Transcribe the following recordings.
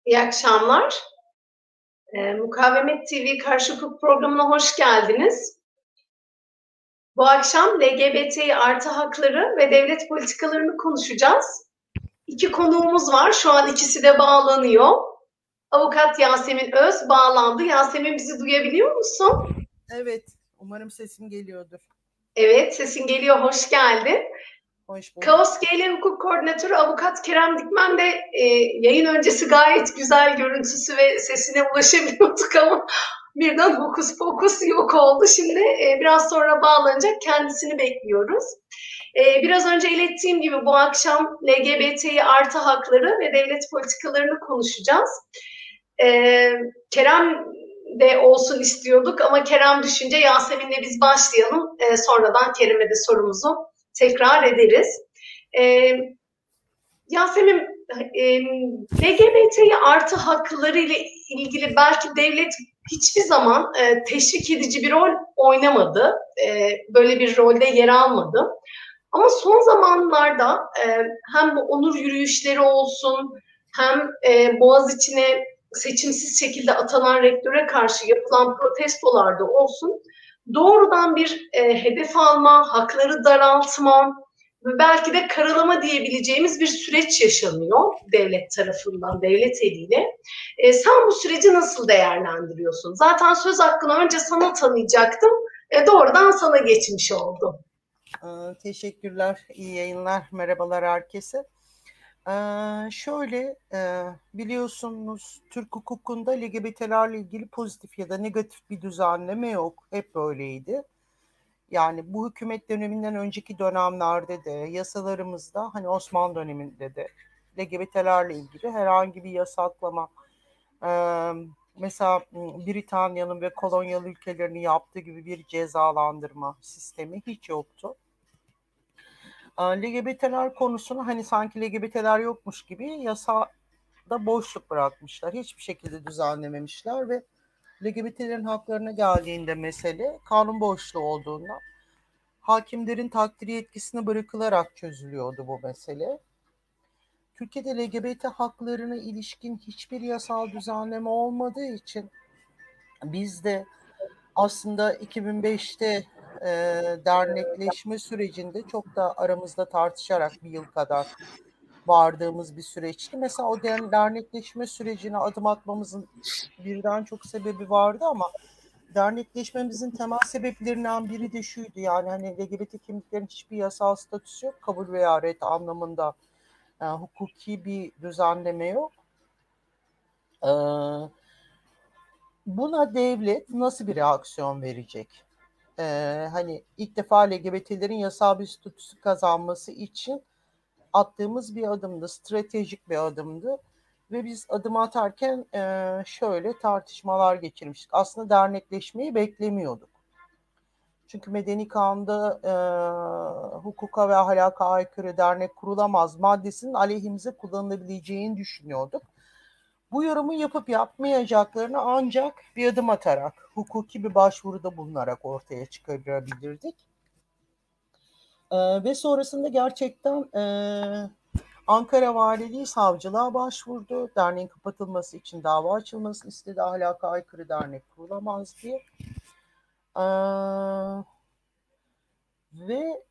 İyi akşamlar. Mukavemet TV Karşı Hukuk programına hoş geldiniz. Bu akşam LGBTİ artı hakları ve devlet politikalarını konuşacağız. İki konuğumuz var. Şu an ikisi de bağlanıyor. Avukat Yasemin Öz bağlandı. Yasemin, bizi duyabiliyor musun? Evet, umarım sesim geliyordur. Evet, sesin geliyor. Hoş geldin. Hoş bulduk. Kaos GL Hukuk Koordinatörü Avukat Kerem Dikmen de yayın öncesi gayet güzel görüntüsü ve sesine ulaşamıyorduk ama birden hokus pokus yok oldu. Şimdi biraz sonra bağlanacak, kendisini bekliyoruz. Biraz önce ilettiğim gibi bu akşam LGBTİ artı hakları ve devlet politikalarını konuşacağız. Kerem de olsun istiyorduk ama Kerem düşünce Yasemin'le biz başlayalım. Sonradan Kerem'e de sorumuzu tekrar ederiz. Yasemin, LGBTİ artı hakları ile ilgili belki devlet hiçbir zaman teşvik edici bir rol oynamadı. Böyle bir rolde yer almadı. Ama son zamanlarda hem bu onur yürüyüşleri olsun, hem Boğaziçi'ne seçimsiz şekilde atanan rektöre karşı yapılan protestolarda olsun, doğrudan bir hedef alma, hakları daraltma ve belki de karalama diyebileceğimiz bir süreç yaşanıyor devlet tarafından, devlet eliyle. Sen bu süreci nasıl değerlendiriyorsun? Zaten söz hakkını önce sana tanıyacaktım, doğrudan sana geçmiş oldum. Teşekkürler, iyi yayınlar, merhabalar herkese. Biliyorsunuz Türk hukukunda LGBT'lerle ilgili pozitif ya da negatif bir düzenleme yok. Hep böyleydi. Yani bu hükümet döneminden önceki dönemlerde de yasalarımızda hani Osmanlı döneminde de LGBT'lerle ilgili herhangi bir yasaklama, mesela Britanya'nın ve kolonyal ülkelerinin yaptığı gibi bir cezalandırma sistemi hiç yoktu. LGBT'ler konusunu hani sanki LGBT'ler yokmuş gibi yasada boşluk bırakmışlar. Hiçbir şekilde düzenlememişler ve LGBT'lerin haklarına geldiğinde mesele kanun boşluğu olduğundan hakimlerin takdiri yetkisine bırakılarak çözülüyordu bu mesele. Türkiye'de LGBT haklarına ilişkin hiçbir yasal düzenleme olmadığı için biz de aslında 2005'te dernekleşme sürecinde çok da aramızda tartışarak bir yıl kadar vardığımız bir süreçti. Mesela o dernekleşme sürecine adım atmamızın birden çok sebebi vardı ama dernekleşmemizin temel sebeplerinden biri de şuydu. Yani hani LGBT kimliklerin hiçbir yasal statüsü yok. Kabul veya ret anlamında hukuki bir düzenleme yok. Buna devlet nasıl bir reaksiyon verecek? Hani ilk defa LGBT'lerin yasal bir statüsü kazanması için attığımız bir adımdı, stratejik bir adımdı. Ve biz adım atarken şöyle tartışmalar geçirmiştik. Aslında dernekleşmeyi beklemiyorduk. Çünkü Medeni Kanun'da hukuka ve ahlaka aykırı dernek kurulamaz maddesinin aleyhimize kullanılabileceğini düşünüyorduk. Bu yorumu yapıp yapmayacaklarını ancak bir adım atarak, hukuki bir başvuruda bulunarak ortaya çıkarabilirdik. Ve sonrasında gerçekten Ankara Valiliği savcılığa başvurdu. Derneğin kapatılması için dava açılmasını istedi. Ahlaka aykırı dernek kurulamaz diye. Ve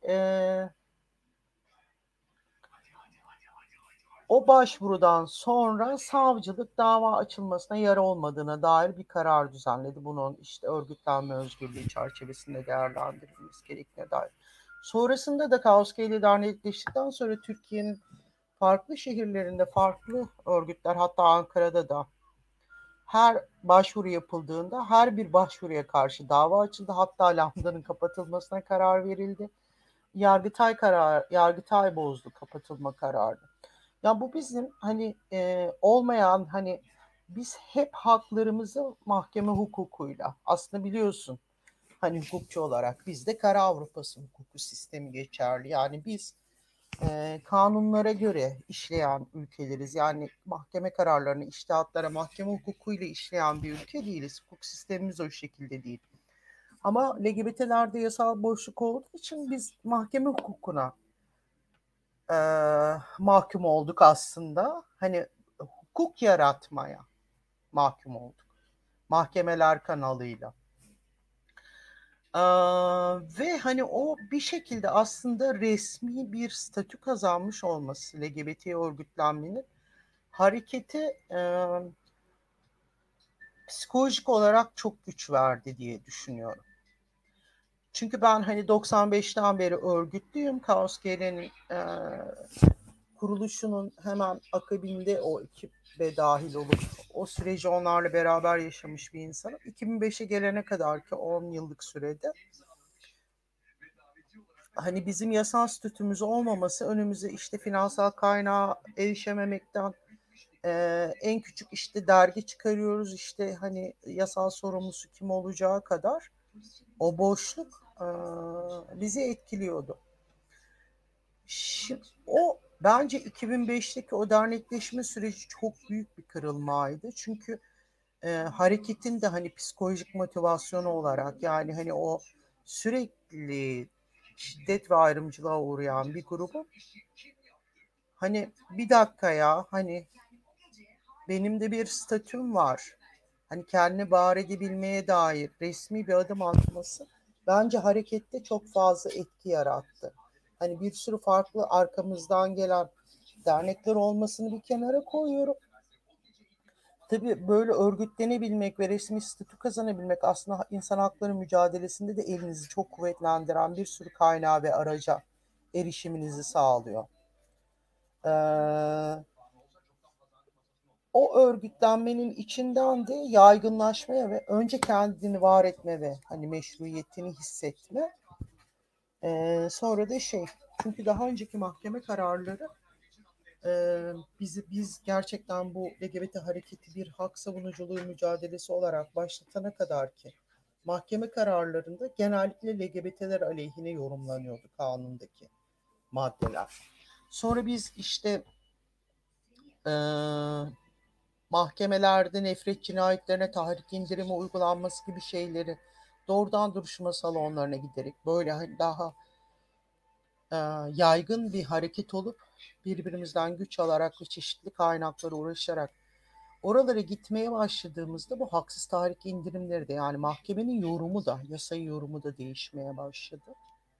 o başvurudan sonra savcılık dava açılmasına yer olmadığına dair bir karar düzenledi. Bunun işte örgütlenme özgürlüğü çerçevesinde değerlendirilmesi gerektiğine dair. Sonrasında da Kaos GL dernekleştikten sonra Türkiye'nin farklı şehirlerinde farklı örgütler, hatta Ankara'da da her başvuru yapıldığında her bir başvuruya karşı dava açıldı. Hatta Lambda'nın kapatılmasına karar verildi. Yargıtay bozdu kapatılma kararını. Ya bu bizim hani olmayan, hani biz hep haklarımızı mahkeme hukukuyla, aslında biliyorsun hani hukukçu olarak bizde Kara Avrupası hukuku sistemi geçerli. Yani biz kanunlara göre işleyen ülkeleriz. Yani mahkeme kararlarını, içtihatlara mahkeme hukukuyla işleyen bir ülke değiliz. Hukuk sistemimiz o şekilde değil. Ama LGBT'lerde yasal boşluk olduğu için biz mahkeme hukukuna mahkum olduk aslında. Hani hukuk yaratmaya mahkum olduk. Mahkemeler kanalıyla. Ve hani o bir şekilde aslında resmi bir statü kazanmış olması LGBT örgütlenmenin harekete psikolojik olarak çok güç verdi diye düşünüyorum. Çünkü ben hani 95'ten beri örgütlüyüm. Kaos GL'nin kuruluşunun hemen akabinde o ekibe dahil olup o süreci onlarla beraber yaşamış bir insanım. 2005'e gelene kadar ki 10 yıllık sürede hani bizim yasal statümüz olmaması önümüze işte finansal kaynağa erişememekten en küçük işte dergi çıkarıyoruz işte hani yasal sorumlusu kim olacağı kadar o boşluk bizi etkiliyordu. Şimdi, o bence 2005'teki o dernekleşme süreci çok büyük bir kırılmaydı. Çünkü hareketin de hani psikolojik motivasyonu olarak yani hani o sürekli şiddet ve ayrımcılığa uğrayan bir grubu hani bir dakika ya hani benim de bir statüm var. Hani kendini var edebilmeye dair resmi bir adım atması bence harekette çok fazla etki yarattı. Hani bir sürü farklı arkamızdan gelen dernekler olmasını bir kenara koyuyorum. Tabii böyle örgütlenebilmek ve resmi statü kazanabilmek aslında insan hakları mücadelesinde de elinizi çok kuvvetlendiren bir sürü kaynağı ve araca erişiminizi sağlıyor. Ee, O örgütlenmenin içinden de yaygınlaşmaya ve önce kendini var etme ve hani meşruiyetini hissetme. Sonra da çünkü daha önceki mahkeme kararları e, biz gerçekten bu LGBT hareketi bir hak savunuculuğu mücadelesi olarak başlatana kadar ki mahkeme kararlarında genellikle LGBT'ler aleyhine yorumlanıyordu kanundaki maddeler. Sonra biz işte e, mahkemelerde nefret cinayetlerine tahrik indirimi uygulanması gibi şeyleri doğrudan duruşma salonlarına giderek böyle hani daha yaygın bir hareket olup birbirimizden güç alarak ve çeşitli kaynaklara uğraşarak oralara gitmeye başladığımızda bu haksız tahrik indirimleri de yani mahkemenin yorumu da yasayı yorumu da değişmeye başladı.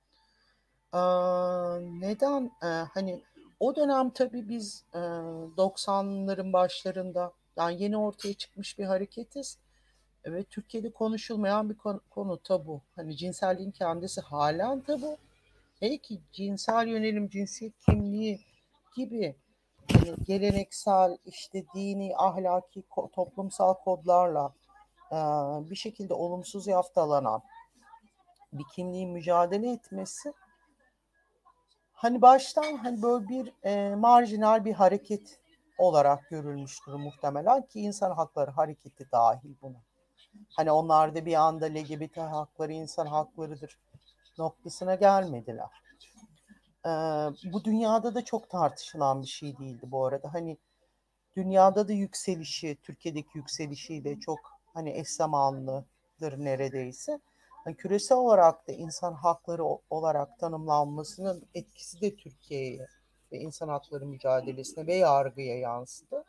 Neden? Hani o dönem tabii biz 90'ların başlarında yani yeni ortaya çıkmış bir hareketiz. Evet, Türkiye'de konuşulmayan bir konu tabu. Hani cinselliğin kendisi halen tabu. Belki cinsel yönelim, cinsiyet kimliği gibi hani geleneksel işte dini, ahlaki, toplumsal kodlarla bir şekilde olumsuz yaftalanan bir kimliğin mücadele etmesi hani baştan hani böyle bir marjinal bir hareket olarak görülmüştür muhtemelen ki insan hakları hareketi dahil buna. Hani onlar da bir anda LGBT hakları insan haklarıdır noktasına gelmediler. Bu dünyada da çok tartışılan bir şey değildi bu arada. Hani dünyada da yükselişi, Türkiye'deki yükselişiyle çok hani eş zamanlıdır neredeyse. Yani küresel olarak da insan hakları olarak tanımlanmasının etkisi de Türkiye'ye ve insan hakları mücadelesine ve yargıya yansıdı.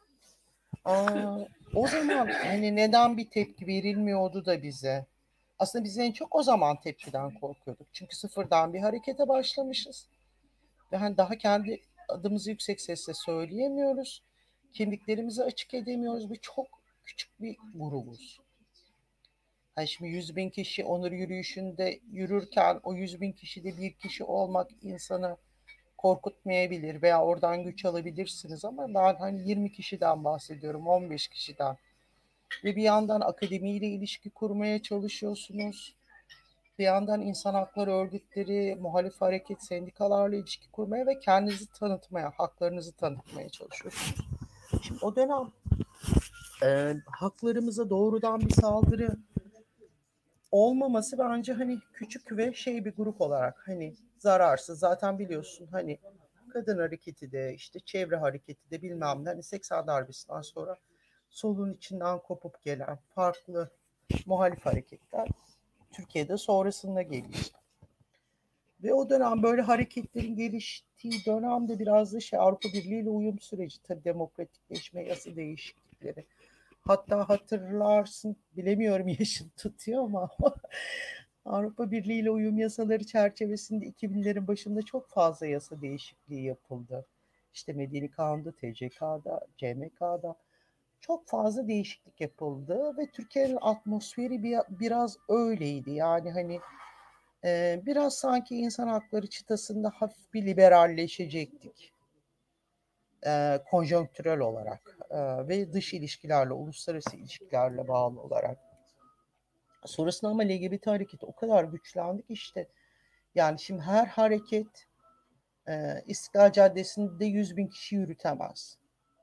O zaman hani neden bir tepki verilmiyordu da bize? Aslında biz en çok o zaman tepkiden korkuyorduk. Çünkü sıfırdan bir harekete başlamışız. Ve hani daha kendi adımızı yüksek sesle söyleyemiyoruz. Kimliklerimizi açık edemiyoruz ve çok küçük bir grubuz. Hani şimdi 100 bin kişi onur yürüyüşünde yürürken o 100 bin kişide bir kişi olmak insanı korkutmayabilir veya oradan güç alabilirsiniz ama ben hani 20 kişiden bahsediyorum, 15 kişiden. Ve bir yandan akademiyle ilişki kurmaya çalışıyorsunuz. Bir yandan insan hakları örgütleri, muhalif hareket, sendikalarla ilişki kurmaya ve kendinizi tanıtmaya, haklarınızı tanıtmaya çalışıyorsunuz. Şimdi o dönem haklarımıza doğrudan bir saldırı olmaması bence hani küçük ve bir grup olarak hani zararsız. Zaten biliyorsun hani kadın hareketi de işte çevre hareketi de bilmem ne hani 80 darbesinden sonra solun içinden kopup gelen farklı muhalif hareketler Türkiye'de sonrasında geliyor. Ve o dönem böyle hareketlerin geliştiği dönemde biraz da Avrupa Birliği ile uyum süreci, tabii demokratikleşme, yasa değişiklikleri. Hatta hatırlarsın, bilemiyorum yaşın tutuyor ama Avrupa Birliği ile uyum yasaları çerçevesinde 2000'lerin başında çok fazla yasa değişikliği yapıldı. İşte Medeni Kanun'da, TCK'da, CMK'da çok fazla değişiklik yapıldı ve Türkiye'nin atmosferi biraz öyleydi. Yani hani biraz sanki insan hakları çıtasında hafif bir liberalleşecektik. Konjonktürel olarak ve dış ilişkilerle, uluslararası ilişkilerle bağlı olarak. Sonrasında ama LGBT hareketi o kadar güçlendi ki işte yani şimdi her hareket İstiklal Caddesi'nde 100.000 kişi yürütemez.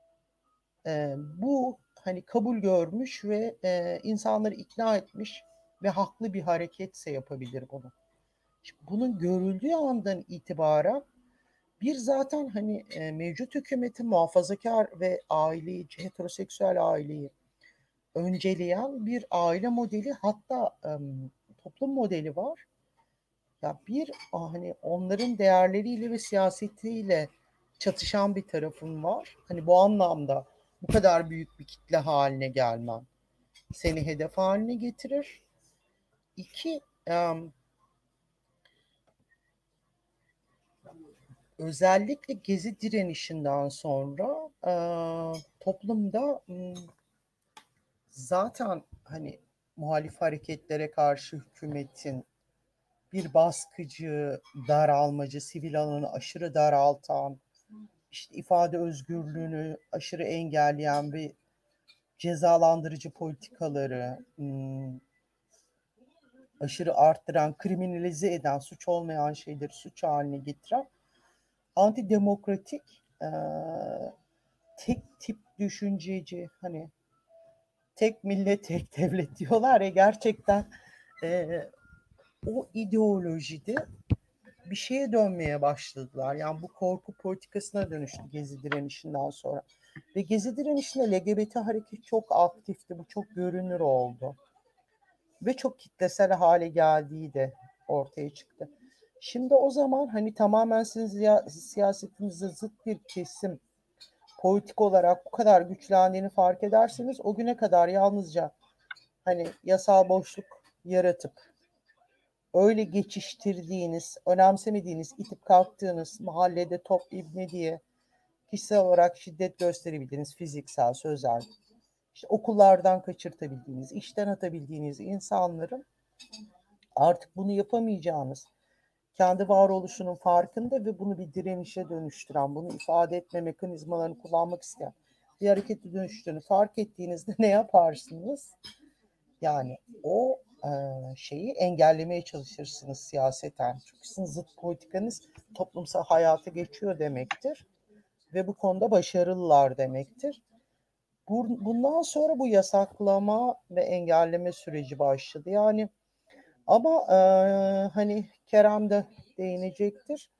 Bu hani kabul görmüş ve insanları ikna etmiş ve haklı bir hareketse yapabilir bunu. Şimdi bunun görüldüğü andan itibaren bir zaten hani mevcut hükümetin muhafazakar ve aileyi, heteroseksüel aileyi önceleyen bir aile modeli, hatta toplum modeli var. Ya bir hani onların değerleriyle ve siyasetiyle çatışan bir tarafın var. Hani bu anlamda bu kadar büyük bir kitle haline gelmem seni hedef haline getirir. İki, özellikle Gezi direnişinden sonra toplumda zaten hani muhalif hareketlere karşı hükümetin bir baskıcı, daralmacı, sivil alanı aşırı daraltan, işte ifade özgürlüğünü aşırı engelleyen bir cezalandırıcı politikaları aşırı arttıran, kriminalize eden, suç olmayan şeyleri suç haline getiren antidemokratik, tek tip düşünceci, hani tek millet tek devlet diyorlar ya, gerçekten o ideolojide bir şeye dönmeye başladılar. Yani bu korku politikasına dönüştü Gezi direnişinden sonra. Ve Gezi direnişinde LGBT hareketi çok aktifti. Bu çok görünür oldu. Ve çok kitlesel hale geldiği de ortaya çıktı. Şimdi o zaman hani tamamen sizin siyasetinize zıt bir kesim politik olarak bu kadar güçlendiğini fark ederseniz, o güne kadar yalnızca hani yasal boşluk yaratıp öyle geçiştirdiğiniz, önemsemediğiniz, itip kalktığınız, mahallede top ibne diye kişisel olarak şiddet gösterebildiğiniz, fiziksel, sözel, işte okullardan kaçırtabildiğiniz, işten atabildiğiniz insanların artık bunu yapamayacağınız, kendi varoluşunun farkında ve bunu bir direnişe dönüştüren, bunu ifade etme mekanizmalarını kullanmak isteyen bir harekete dönüştüğünü fark ettiğinizde ne yaparsınız? Yani o şeyi engellemeye çalışırsınız siyaseten. Çünkü sizin zıt politikanız toplumsal hayata geçiyor demektir. Ve bu konuda başarılılar demektir. Bundan sonra bu yasaklama ve engelleme süreci başladı. Yani ama hani Kerem de değinecektir.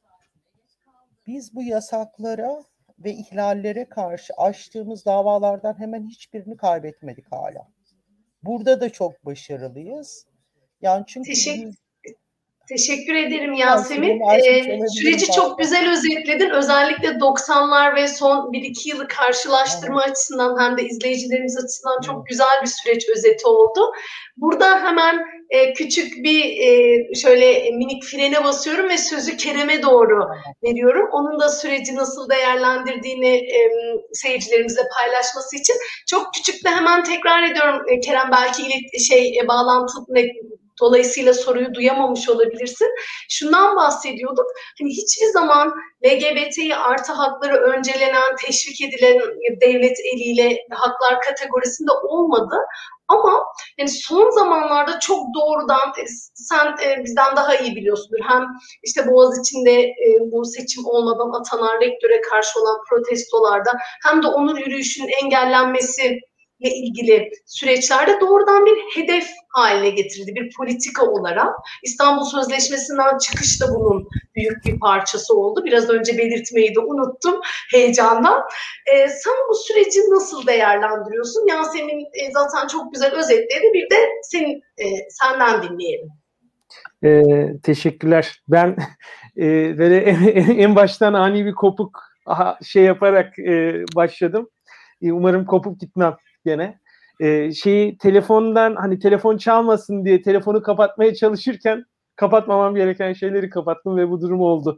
Biz bu yasaklara ve ihlallere karşı açtığımız davalardan hemen hiçbirini kaybetmedik hala. Burada da çok başarılıyız. Yani çünkü Teşekkür ederim Yasemin. süremi aşmış olabilirim Süreci çok pardon. güzel özetledin. Özellikle 90'lar ve son 1-2 yılı karşılaştırma açısından hem de izleyicilerimiz açısından çok güzel bir süreç özeti oldu. Burada hemen küçük bir şöyle minik frene basıyorum ve sözü Kerem'e doğru veriyorum. Onun da süreci nasıl değerlendirdiğini seyircilerimizle paylaşması için. Çok küçük de hemen tekrar ediyorum Kerem, belki bağlantı dolayısıyla soruyu duyamamış olabilirsin. Şundan bahsediyorduk. Hani hiçbir zaman LGBTİ artı hakları öncelenen, teşvik edilen devlet eliyle haklar kategorisinde olmadı. Ama yani son zamanlarda çok doğrudan, sen bizden daha iyi biliyorsundur. Hem işte Boğaziçi'nde bu seçim olmadan atanan rektöre karşı olan protestolarda, hem de onur yürüyüşünün engellenmesi ile ilgili süreçlerde doğrudan bir hedef haline getirildi, bir politika olarak. İstanbul Sözleşmesi'nden çıkış da bunun büyük bir parçası oldu. Biraz önce belirtmeyi de unuttum heyecandan. Sen bu süreci nasıl değerlendiriyorsun? Yasemin zaten çok güzel özetledi. Bir de senden dinleyelim. Teşekkürler. Ben böyle en baştan ani bir kopuk şey yaparak başladım. Umarım kopup gitmem gene. Şeyi telefondan hani telefon çalmasın diye telefonu kapatmaya çalışırken kapatmamam gereken şeyleri kapattım ve bu durum oldu.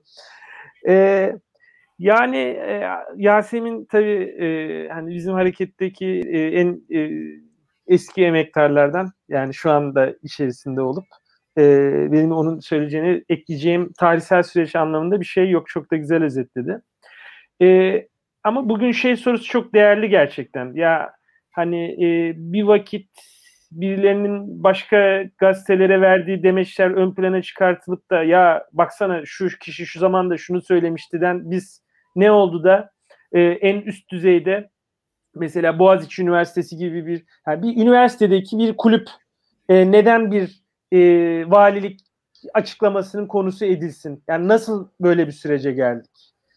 Yani Yasemin tabii hani bizim hareketteki en eski emektarlardan, yani şu anda içerisinde olup benim onun söyleyeceğini ekleyeceğim tarihsel süreç anlamında bir şey yok. Çok da güzel özetledi. Ama bugün şey sorusu çok değerli gerçekten. Ya hani bir vakit birilerinin başka gazetelere verdiği demeçler ön plana çıkartılıp da ya baksana şu kişi şu zamanda şunu söylemiştiden biz ne oldu da en üst düzeyde mesela Boğaziçi Üniversitesi gibi bir, yani bir üniversitedeki bir kulüp neden bir valilik açıklamasının konusu edilsin? Yani nasıl böyle bir sürece geldik?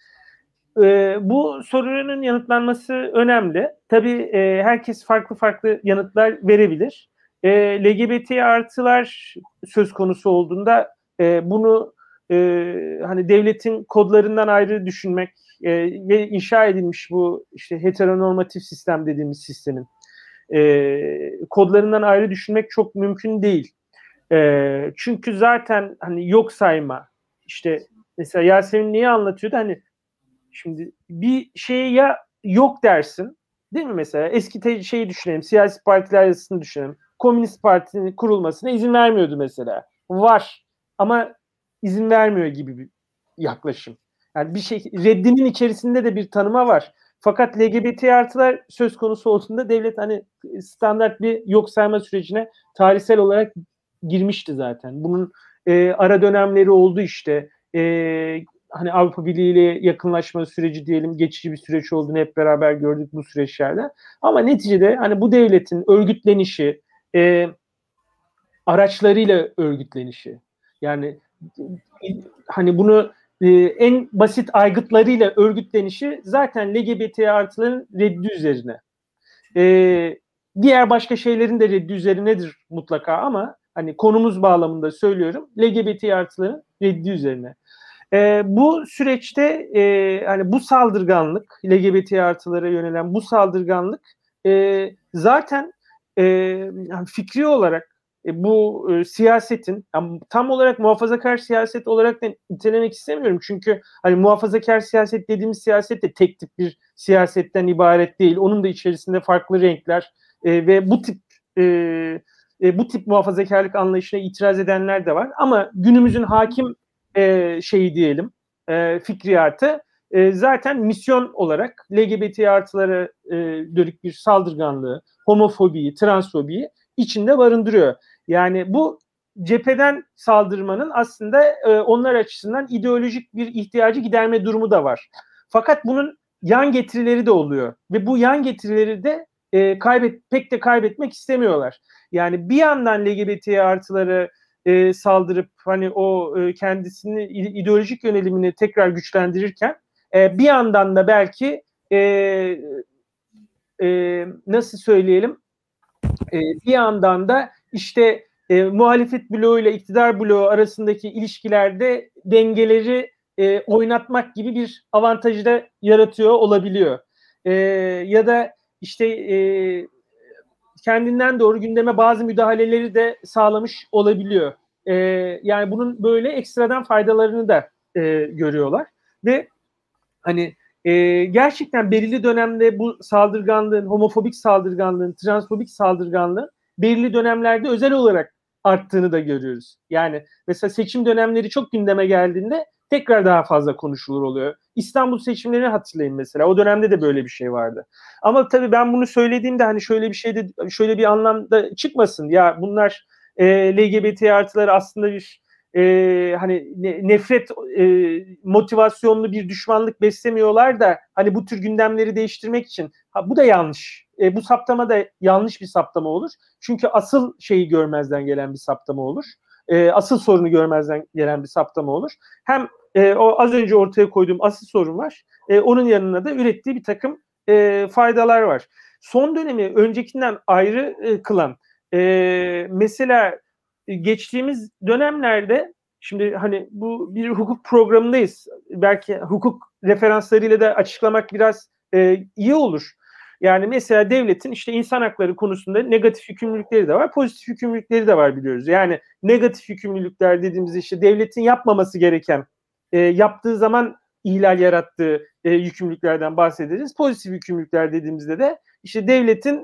Bu sorunun yanıtlanması önemli. Tabii herkes farklı farklı yanıtlar verebilir. LGBT artılar söz konusu olduğunda bunu hani devletin kodlarından ayrı düşünmek ve inşa edilmiş bu işte heteronormatif sistem dediğimiz sistemin kodlarından ayrı düşünmek çok mümkün değil. Çünkü zaten hani yok sayma, işte mesela Yasemin niye anlatıyordu, hani şimdi bir şeye ya yok dersin, değil mi mesela? Eski şeyi düşünelim, siyasi partiler arasını düşünelim. Komünist Parti'nin kurulmasına izin vermiyordu mesela. Var ama izin vermiyor gibi bir yaklaşım. Yani bir şey, reddinin içerisinde de bir tanıma var. Fakat LGBT artılar söz konusu olduğunda devlet hani standart bir yok sayma sürecine tarihsel olarak girmişti zaten. Bunun ara dönemleri oldu işte. Hani Avrupa Birliği ile yakınlaşma süreci diyelim, geçici bir süreç olduğunu hep beraber gördük bu süreçlerde. Ama neticede hani bu devletin örgütlenişi, araçlarıyla örgütlenişi, yani hani bunu en basit aygıtlarıyla örgütlenişi zaten LGBT artıların reddi üzerine. Diğer başka şeylerin de reddi üzerinedir mutlaka ama hani konumuz bağlamında söylüyorum, LGBT artıların reddi üzerine. Bu süreçte hani bu saldırganlık, LGBT artılara yönelen bu saldırganlık zaten yani fikri olarak bu siyasetin, yani tam olarak muhafazakar siyaset olarak da nitelemek istemiyorum. Çünkü hani muhafazakar siyaset dediğimiz siyaset de tek tip bir siyasetten ibaret değil. Onun da içerisinde farklı renkler ve bu tip muhafazakarlık anlayışına itiraz edenler de var. Ama günümüzün hakim şeyi diyelim, fikriyatı zaten misyon olarak LGBT artılara dönük bir saldırganlığı, homofobiyi, transfobiyi içinde barındırıyor. Yani bu cepheden saldırmanın aslında onlar açısından ideolojik bir ihtiyacı giderme durumu da var. Fakat bunun yan getirileri de oluyor ve bu yan getirileri de pek de kaybetmek istemiyorlar. Yani bir yandan LGBT artıları saldırıp hani o kendisini ideolojik yönelimini tekrar güçlendirirken bir yandan da belki nasıl söyleyelim, bir yandan da işte muhalefet bloğu ile iktidar bloğu arasındaki ilişkilerde dengeleri oynatmak gibi bir avantajı da yaratıyor olabiliyor. Ya da işte kendinden doğru gündeme bazı müdahaleleri de sağlamış olabiliyor. Yani bunun böyle ekstradan faydalarını da görüyorlar ve hani gerçekten belirli dönemde bu saldırganlığın, homofobik saldırganlığın, transfobik saldırganlığın belirli dönemlerde özel olarak arttığını da görüyoruz. Yani mesela seçim dönemleri çok gündeme geldiğinde tekrar daha fazla konuşulur oluyor. İstanbul seçimlerini hatırlayın mesela. O dönemde de böyle bir şey vardı. Ama tabii ben bunu söylediğimde hani şöyle bir şeyde, şöyle bir anlamda çıkmasın. Ya bunlar LGBT artıları aslında bir hani nefret motivasyonlu bir düşmanlık beslemiyorlar da hani bu tür gündemleri değiştirmek için, bu da yanlış. Bu saptama da yanlış bir saptama olur. Çünkü asıl şeyi görmezden gelen bir saptama olur. Asıl sorunu görmezden gelen bir saptama olur. Hem o az önce ortaya koyduğum asıl sorun var. Onun yanına da ürettiği bir takım faydalar var. Son dönemi öncekinden ayrı kılan mesela geçtiğimiz dönemlerde, şimdi hani bu bir hukuk programındayız. Belki hukuk referanslarıyla da açıklamak biraz iyi olur. Yani mesela devletin işte insan hakları konusunda negatif yükümlülükleri de var, pozitif yükümlülükleri de var biliyoruz. Yani negatif yükümlülükler dediğimizde işte devletin yapmaması gereken, yaptığı zaman ihlal yarattığı yükümlülüklerden bahsederiz. Pozitif yükümlülükler dediğimizde de işte devletin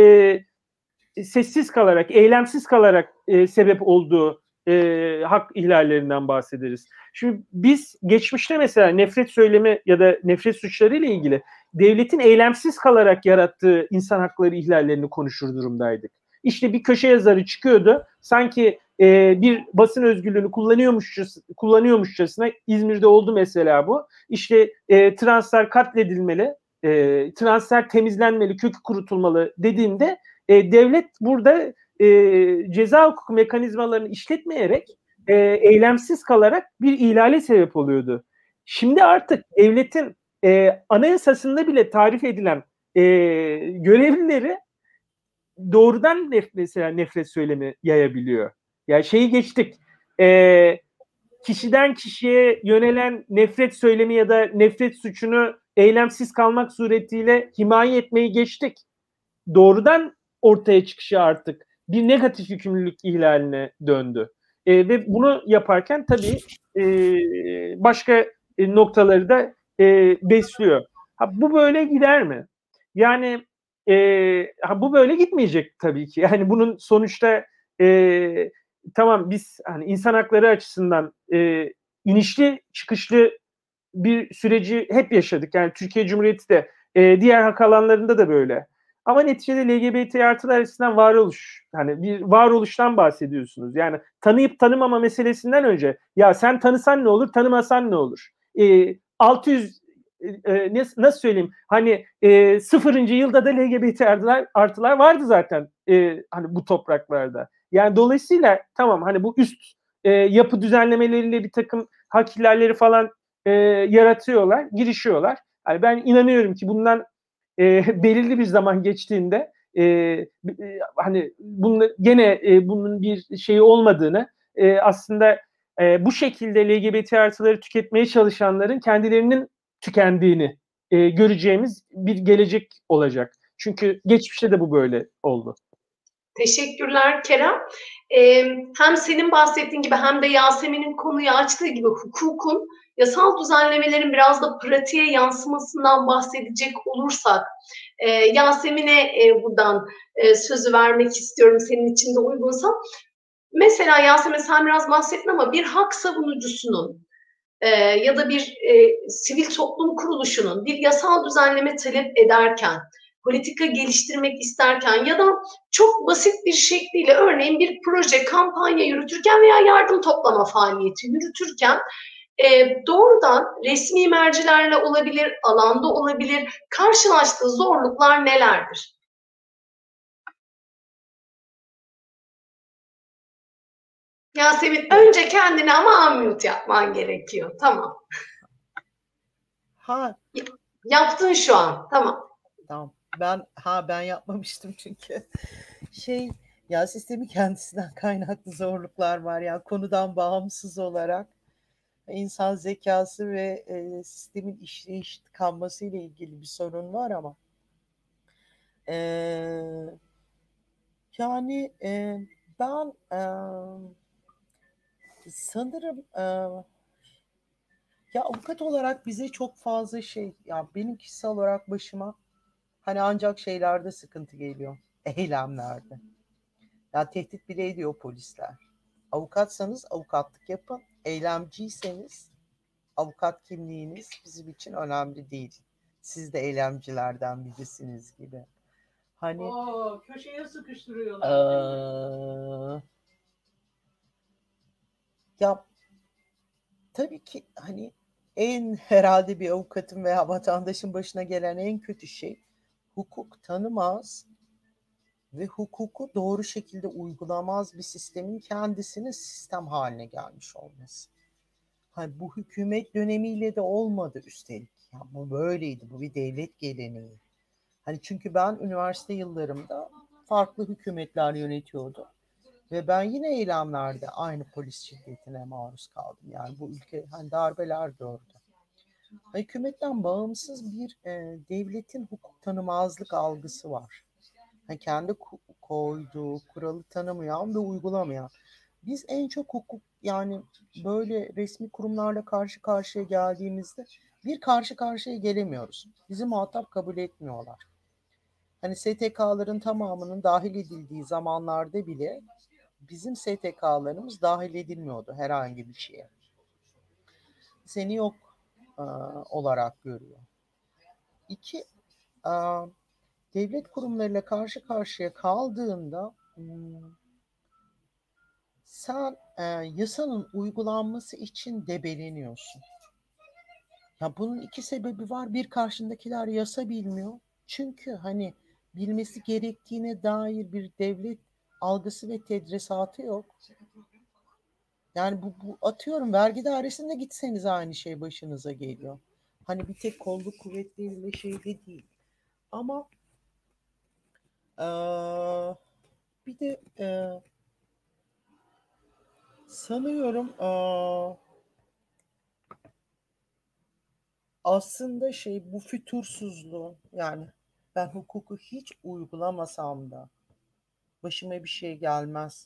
sessiz kalarak, eylemsiz kalarak sebep olduğu hak ihlallerinden bahsederiz. Şimdi biz geçmişte mesela nefret söylemi ya da nefret suçları ile ilgili devletin eylemsiz kalarak yarattığı insan hakları ihlallerini konuşur durumdaydık. İşte bir köşe yazarı çıkıyordu, sanki bir basın özgürlüğünü kullanıyormuşçasına, İzmir'de oldu mesela bu. İşte translar katledilmeli, translar temizlenmeli, kökü kurutulmalı dediğinde devlet burada ceza hukuku mekanizmalarını işletmeyerek eylemsiz kalarak bir ihlale sebep oluyordu. Şimdi artık devletin anayasasında bile tarif edilen görevlileri doğrudan mesela nefret söylemi yayabiliyor. Yani şeyi geçtik. Kişiden kişiye yönelen nefret söylemi ya da nefret suçunu eylemsiz kalmak suretiyle himaye etmeyi geçtik. Doğrudan ortaya çıkışı artık bir negatif yükümlülük ihlaline döndü. Ve bunu yaparken tabii başka noktaları da besliyor. Bu böyle gider mi? Yani bu böyle gitmeyecek tabii ki. Yani bunun sonuçta tamam, biz hani insan hakları açısından inişli çıkışlı bir süreci hep yaşadık. Yani Türkiye Cumhuriyeti de diğer hak alanlarında da böyle. Ama neticede LGBT artılar açısından varoluş, hani bir varoluştan bahsediyorsunuz. Yani tanıyıp tanımama meselesinden önce, ya sen tanısan ne olur, tanımasan ne olur? 600 nasıl söyleyeyim? Hani 0. yılda da LGBT artılar vardı zaten hani bu topraklarda. Yani dolayısıyla tamam, hani bu üst yapı düzenlemeleriyle bir takım hak ihlalleri falan yaratıyorlar, girişiyorlar. Yani ben inanıyorum ki bundan belirli bir zaman geçtiğinde hani bunun bir şeyi olmadığını, aslında bu şekilde LGBT artıları tüketmeye çalışanların kendilerinin tükendiğini göreceğimiz bir gelecek olacak. Çünkü geçmişte de bu böyle oldu. Teşekkürler Kerem. Hem senin bahsettiğin gibi hem de Yasemin'in konuyu açtığı gibi hukukun, yasal düzenlemelerin biraz da pratiğe yansımasından bahsedecek olursak, Yasemin'e buradan sözü vermek istiyorum, senin için de uygunsa. Mesela Yasemin, sen biraz bahsettin ama bir hak savunucusunun ya da bir sivil toplum kuruluşunun bir yasal düzenleme talep ederken, politika geliştirmek isterken ya da çok basit bir şekliyle örneğin bir proje, kampanya yürütürken veya yardım toplama faaliyeti yürütürken doğrudan resmi mercilerle olabilir, alanda olabilir, karşılaştığı zorluklar nelerdir? Yasemin, önce kendine ama unmute yapman gerekiyor. Tamam. Ha, Yaptın şu an. Tamam. tamam. Ben yapmamıştım çünkü. Ya sistemin kendisinden kaynaklı zorluklar var ya, konudan bağımsız olarak insan zekası ve sistemin işleyiş tıkanması ile ilgili bir sorun var ama e, yani ben sanırım ya avukat olarak bize çok fazla ya benim kişisel olarak başıma hani ancak şeylerde sıkıntı geliyor, eylemlerde. Ya tehdit bile ediyor polisler. Avukatsanız avukatlık yapın. Eylemciyseniz avukat kimliğiniz bizim için önemli değil. Siz de eylemcilerden birisiniz gibi. Hani köşeye sıkıştırıyorlar. Ya tabii ki hani herhalde bir avukatın veya vatandaşın başına gelen en kötü şey hukuk tanımaz ve hukuku doğru şekilde uygulamaz bir sistemin kendisinin sistem haline gelmiş olması. Hani bu hükümet dönemiyle de olmadı üstelik. Ya bu böyleydi. Bu bir devlet geleneği. Hani çünkü ben üniversite yıllarımda farklı hükümetler yönetiyordu. Ve ben yine eylemlerde aynı polis şiddetine maruz kaldım. Yani bu ülke hani darbeler gördü. Hükümetten bağımsız bir devletin hukuk tanımazlık algısı var. Yani kendi koyduğu kuralı tanımayan ve uygulamayan. Biz en çok hukuk, yani böyle resmi kurumlarla karşı karşıya geldiğimizde bir karşı karşıya gelemiyoruz. Bizi muhatap kabul etmiyorlar. Hani STK'ların tamamının dahil edildiği zamanlarda bile bizim STK'larımız dahil edilmiyordu herhangi bir şeye. Seni yok olarak görüyor. İki, devlet kurumlarıyla karşı karşıya kaldığında sen yasanın uygulanması için debeleniyorsun. Ya bunun iki sebebi var. Bir, karşındakiler yasa bilmiyor. Çünkü hani bilmesi gerektiğine dair bir devlet algısı ve tedrisatı yok. Yani bu atıyorum vergi dairesinde gitseniz aynı şey başınıza geliyor. Hani bir tek kolluk kuvvetleriyle şeyde değil. Ama bir de sanıyorum aslında bu fütursuzluğu, yani ben hukuku hiç uygulamasam da başıma bir şey gelmez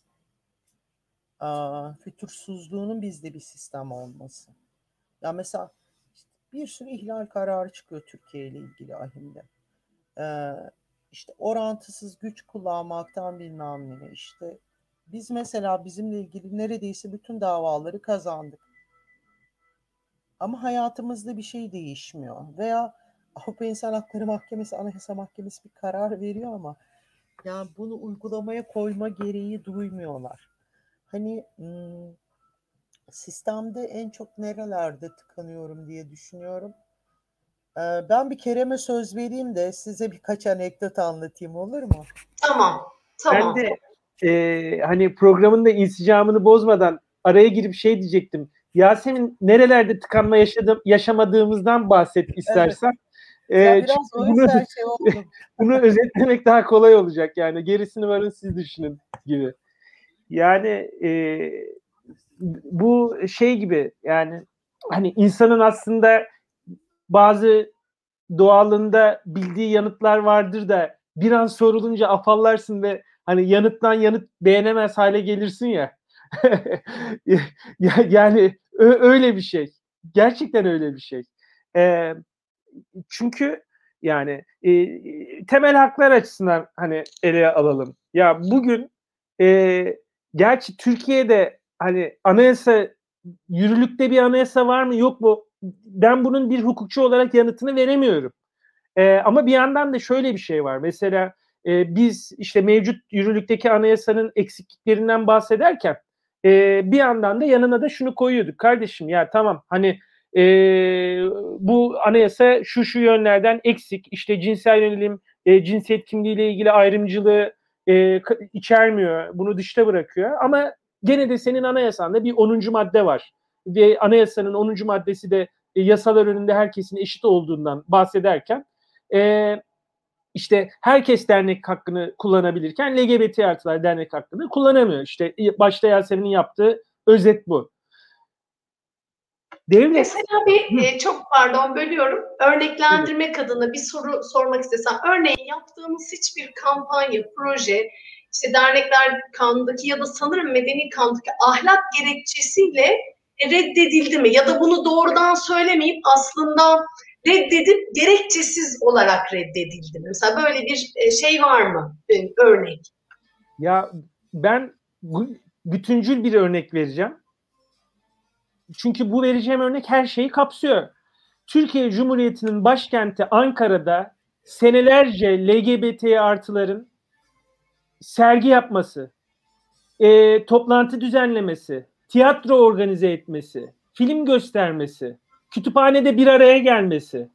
fütursuzluğunun bizde bir sistem olması. Ya mesela işte bir sürü ihlal kararı çıkıyor Türkiye ile ilgili ahimde. İşte orantısız güç kullanmaktan bilmem ne. İşte biz mesela bizimle ilgili neredeyse bütün davaları kazandık. Ama hayatımızda bir şey değişmiyor. Veya Avrupa İnsan Hakları Mahkemesi, Anayasa Mahkemesi bir karar veriyor ama yani bunu uygulamaya koyma gereği duymuyorlar. Hani sistemde en çok nerelerde tıkanıyorum diye düşünüyorum. Ben bir Kerem'e söz vereyim de size birkaç anekdot anlatayım, olur mu? Tamam. Ben de hani programın da insicamını bozmadan araya girip şey diyecektim. Yasemin, nerelerde tıkanma yaşamadığımızdan bahset istersen. Evet. Biraz özel şey oldu. Bunu özetlemek daha kolay olacak yani. Gerisini varın siz düşünün gibi. Yani bu şey gibi, yani hani insanın aslında bazı doğalında bildiği yanıtlar vardır da bir an sorulunca afallarsın ve hani yanıttan yanıt beğenemez hale gelirsin ya. Yani öyle bir şey. Gerçekten öyle bir şey. Çünkü yani temel haklar açısından hani ele alalım. Ya bugün gerçi Türkiye'de hani anayasa, yürürlükte bir anayasa var mı yok mu? Ben bunun bir hukukçu olarak yanıtını veremiyorum. Ama bir yandan da şöyle bir şey var. Mesela biz işte mevcut yürürlükteki anayasanın eksikliklerinden bahsederken bir yandan da yanına da şunu koyuyorduk. Kardeşim ya tamam hani bu anayasa şu yönlerden eksik. İşte cinsel yönelim, cinsiyet kimliğiyle ilgili ayrımcılığı içermiyor. Bunu dışta bırakıyor. Ama gene de senin anayasanda bir 10. madde var. Ve anayasanın 10. maddesi de yasalar önünde herkesin eşit olduğundan bahsederken işte herkes dernek hakkını kullanabilirken LGBT artılar dernek hakkını kullanamıyor. İşte başta Yasemin'in yaptığı özet bu. Devlet. Mesela çok pardon bölüyorum. Örneklendirmek adına bir soru sormak istesem. Örneğin yaptığımız hiçbir kampanya, proje, işte dernekler kanundaki ya da sanırım medeni kanundaki ahlak gerekçesiyle reddedildi mi? Ya da bunu doğrudan söylemeyip aslında reddedip gerekçesiz olarak reddedildi mi? Mesela böyle bir şey var mı? Örnek. Ya ben bütüncül bir örnek vereceğim. Çünkü bu vereceğim örnek her şeyi kapsıyor. Türkiye Cumhuriyeti'nin başkenti Ankara'da senelerce LGBT artıların sergi yapması, toplantı düzenlemesi, tiyatro organize etmesi, film göstermesi, kütüphanede bir araya gelmesi,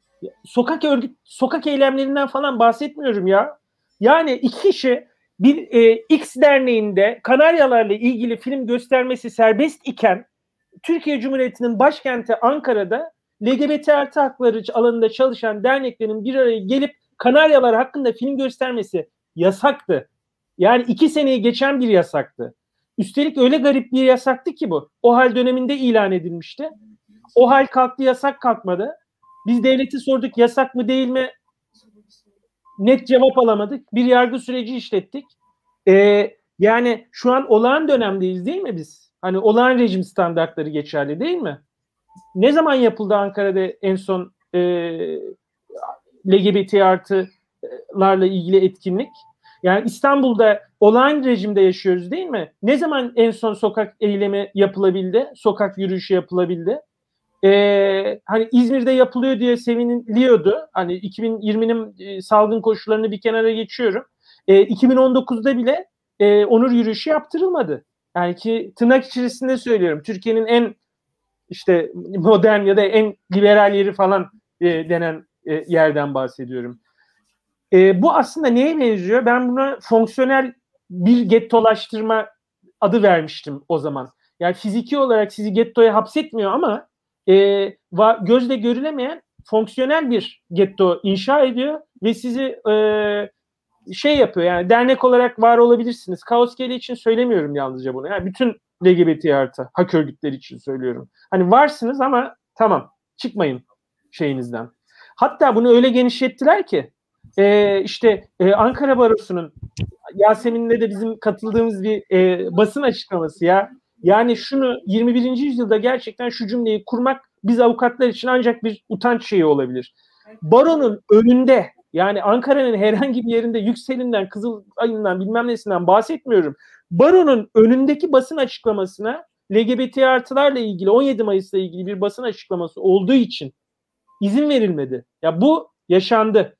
sokak eylemlerinden falan bahsetmiyorum ya. Yani iki kişi bir X derneğinde Kanaryalarla ilgili film göstermesi serbest iken Türkiye Cumhuriyeti'nin başkenti Ankara'da LGBT artı hakları alanında çalışan derneklerin bir araya gelip Kanaryalar hakkında film göstermesi yasaktı. Yani 2 seneyi geçen bir yasaktı. Üstelik öyle garip bir yasaktı ki bu. OHAL döneminde ilan edilmişti. OHAL kalktı, yasak kalkmadı. Biz devleti sorduk, yasak mı değil mi? Net cevap alamadık. Bir yargı süreci işlettik. Yani şu an olağan dönemdeyiz değil mi biz? Hani olağan rejim standartları geçerli değil mi? Ne zaman yapıldı Ankara'da en son LGBT artılarla ilgili etkinlik? Yani İstanbul'da olağan rejimde yaşıyoruz değil mi? Ne zaman en son sokak eylemi yapılabildi? Sokak yürüyüşü yapılabildi? Hani İzmir'de yapılıyor diye seviniliyordu. Hani 2020'nin salgın koşullarını bir kenara geçiyorum. 2019'da bile onur yürüyüşü yaptırılmadı. Yani ki tırnak içerisinde söylüyorum. Türkiye'nin en işte modern ya da en liberal yeri falan denen yerden bahsediyorum. Bu aslında neye benziyor? Ben buna fonksiyonel bir gettolaştırma adı vermiştim o zaman. Yani fiziki olarak sizi gettoya hapsetmiyor ama gözle görülemeyen fonksiyonel bir getto inşa ediyor ve sizi şey yapıyor, yani dernek olarak var olabilirsiniz. Kaoskeli için söylemiyorum yalnızca bunu. Yani bütün LGBT artı hak örgütleri için söylüyorum. Hani varsınız ama tamam, çıkmayın şeyinizden. Hatta bunu öyle genişlettiler ki işte Ankara Barosu'nun, Yasemin'le de bizim katıldığımız bir basın açıklaması ya. Yani şunu 21. yüzyılda gerçekten şu cümleyi kurmak biz avukatlar için ancak bir utanç şeyi olabilir. Baronun önünde, yani Ankara'nın herhangi bir yerinde Yükselinden, Kızılay'ından bilmem nesinden bahsetmiyorum. Baronun önündeki basın açıklamasına LGBT artılarla ilgili 17 Mayıs'la ilgili bir basın açıklaması olduğu için izin verilmedi. Ya bu yaşandı.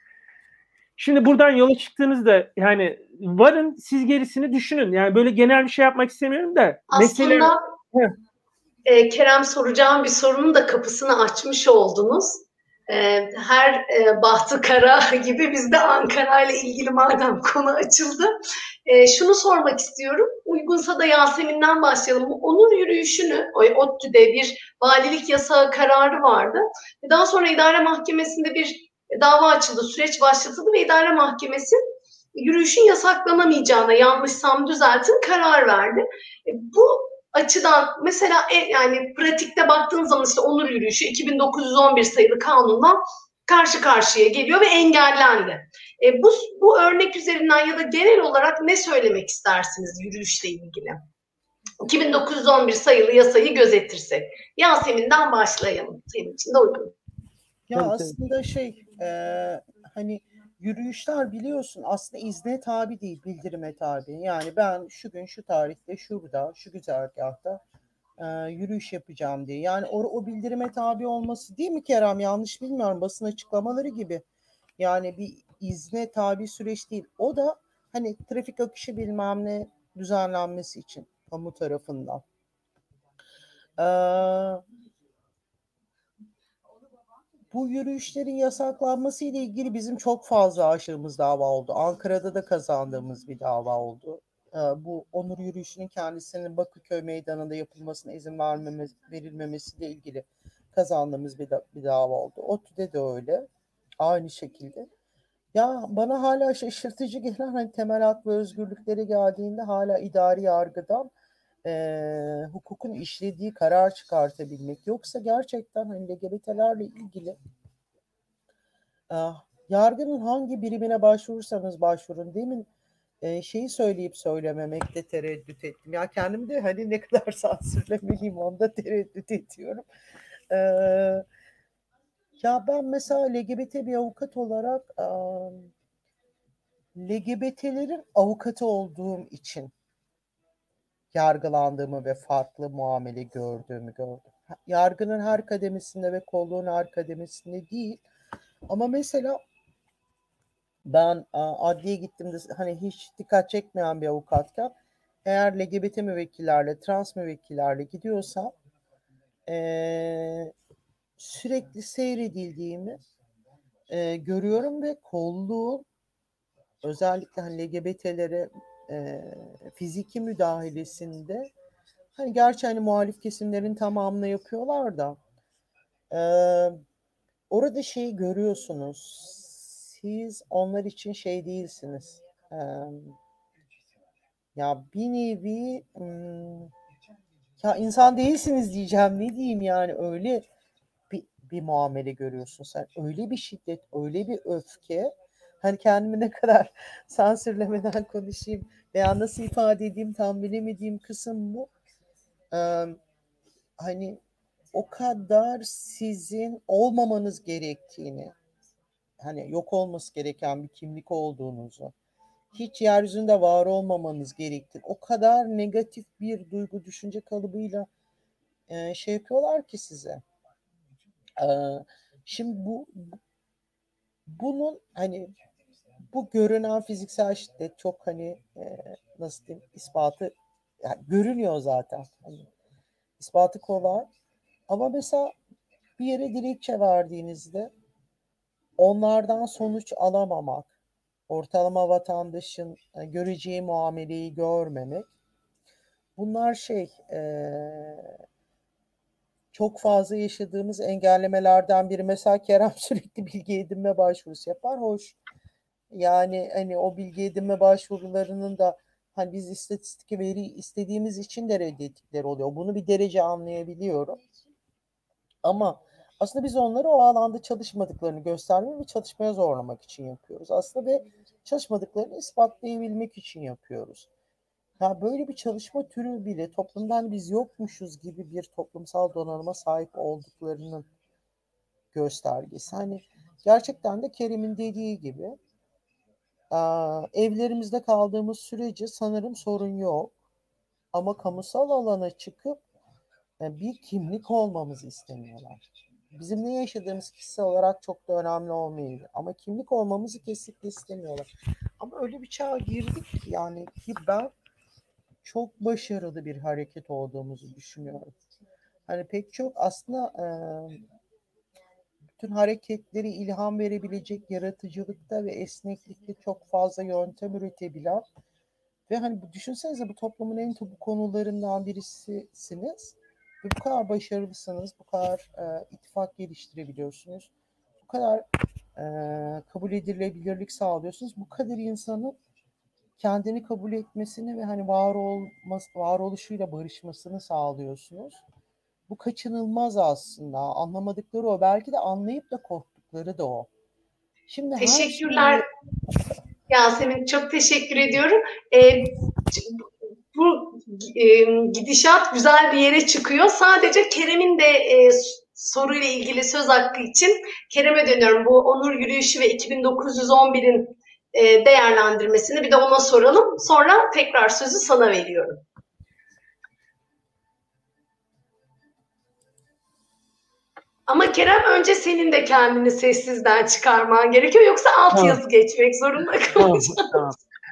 Şimdi buradan yola çıktığınızda yani varın, siz gerisini düşünün. Yani böyle genel bir şey yapmak istemiyorum da. Aslında Mesela Kerem, soracağım bir sorunun da kapısını açmış oldunuz. Her bahtı kara gibi biz de Ankara ile ilgili madem konu açıldı. Şunu sormak istiyorum. Uygunsa da Yasemin'den başlayalım. Onur yürüyüşünü, ODTÜ'de bir valilik yasağı kararı vardı. Daha sonra idare mahkemesinde bir dava açıldı, süreç başlatıldı ve idare mahkemesi yürüyüşün yasaklanamayacağına, yanlışsam düzeltin, karar verdi. Bu açıdan mesela yani pratikte baktığın zaman işte onur yürüyüşü 2911 sayılı kanunla karşı karşıya geliyor ve engellendi. Bu örnek üzerinden ya da genel olarak ne söylemek istersiniz yürüyüşle ilgili? 2911 sayılı yasayı gözetirsek. Yasemin'den başlayalım. Senin için de uygun. Ya tabii. aslında hani yürüyüşler biliyorsun aslında izne tabi değil, bildirime tabi. Yani ben şu gün şu tarihte şurada şu güzergahta yürüyüş yapacağım diye. Yani o bildirime tabi olması değil mi Kerem? Yanlış bilmiyorum, basın açıklamaları gibi. Yani bir izne tabi süreç değil. O da hani trafik akışı bilmem ne düzenlenmesi için kamu tarafından. Ee, Bu yürüyüşlerin yasaklanması ile ilgili bizim çok fazla açtığımız dava oldu. Ankara'da da kazandığımız bir dava oldu. Bu onur yürüyüşünün kendisinin Bakırköy Meydanı'nda yapılmasına izin verilmemesiyle ilgili kazandığımız bir dava oldu. ODTÜ'de de öyle. Aynı şekilde. Ya bana hala şaşırtıcı gelen hani temel hak ve özgürlükleri geldiğinde hala idari yargıdan hukukun işlediği karar çıkartabilmek. Yoksa gerçekten hani LGBT'lerle ilgili yargının hangi birimine başvurursanız başvurun. Demin şeyi söyleyip söylememekte tereddüt ettim. Ya kendimi de hani ne kadar sansürlemeliyim onda tereddüt ediyorum. Ya ben mesela LGBT bir avukat olarak LGBT'lerin avukatı olduğum için yargılandığımı ve farklı muamele gördüğümü gördüm. Yargının her kademesinde ve kolluğun her kademesinde değil. Ama mesela ben adliye gittiğimde hani hiç dikkat çekmeyen bir avukatken eğer LGBT müvekkillerle, trans müvekkillerle gidiyorsam sürekli seyredildiğimi görüyorum ve kolluğu özellikle hani LGBT'lere fiziki müdahalesinde hani gerçi hani muhalif kesimlerin tamamını yapıyorlar da orada şeyi görüyorsunuz. Siz onlar için şey değilsiniz. Ya bir nevi ya insan değilsiniz diyeceğim, ne diyeyim yani, öyle bir muamele görüyorsun sen. Öyle bir şiddet, öyle bir öfke. Hani kendimi ne kadar sansürlemeden konuşayım veya nasıl ifade edeyim tam bilemediğim kısım bu. Hani o kadar sizin olmamanız gerektiğini, hani yok olması gereken bir kimlik olduğunuzu, hiç yeryüzünde var olmamanız gerektiğini, o kadar negatif bir duygu düşünce kalıbıyla şey yapıyorlar ki size. Şimdi bunun hani bu görünen fiziksel şiddet çok hani nasıl diyeyim, ispatı yani görünüyor zaten. Hani ispatı kolay. Ama mesela bir yere dilekçe verdiğinizde onlardan sonuç alamamak, ortalama vatandaşın göreceği muameleyi görmemek, bunlar çok fazla yaşadığımız engellemelerden biri. Mesela Kerem sürekli bilgi edinme başvurusu yapar. Hoş. Yani hani o bilgi edinme başvurularının da hani biz istatistik veri istediğimiz için de reddettikleri oluyor. Bunu bir derece anlayabiliyorum. Ama aslında biz onları o alanda çalışmadıklarını göstermek ve çalışmaya zorlamak için yapıyoruz. Aslında ve çalışmadıklarını ispatlayabilmek için yapıyoruz. Ya böyle bir çalışma türü bile toplumdan biz yokmuşuz gibi bir toplumsal donanıma sahip olduklarının göstergesi. Hani gerçekten de Kerim'in dediği gibi evlerimizde kaldığımız sürece sanırım sorun yok. Ama kamusal alana çıkıp bir kimlik olmamızı istemiyorlar. Bizim ne yaşadığımız kişisel olarak çok da önemli olmayabilir. Ama kimlik olmamızı kesinlikle istemiyorlar. Ama öyle bir çağa girdik ki yani, ki ben çok başarılı bir hareket olduğumuzu düşünüyorum. Hani pek çok aslında bütün hareketleri ilham verebilecek yaratıcılıkta ve esneklikte çok fazla yöntem üretebilen ve hani düşünsenize bu toplumun en tabu konularından birisisiniz ve bu kadar başarılısınız, bu kadar ittifak geliştirebiliyorsunuz, bu kadar kabul edilebilirlik sağlıyorsunuz, bu kadar insanın kendini kabul etmesini ve hani varoluşuyla barışmasını sağlıyorsunuz. Bu kaçınılmaz aslında. Anlamadıkları o. Belki de anlayıp da korktukları da o. Şimdi her Teşekkürler şeyi Yasemin, çok teşekkür ediyorum. Bu gidişat güzel bir yere çıkıyor. Sadece Kerem'in de soruyla ilgili söz hakkı için Kerem'e dönüyorum. Bu onur yürüyüşü ve 2911'in değerlendirmesini bir de ona soralım. Sonra tekrar sözü sana veriyorum. Ama Kerem, önce senin de kendini sessizden çıkarman gerekiyor. Yoksa altyazı geçmek zorunda kalacağız. Tamam.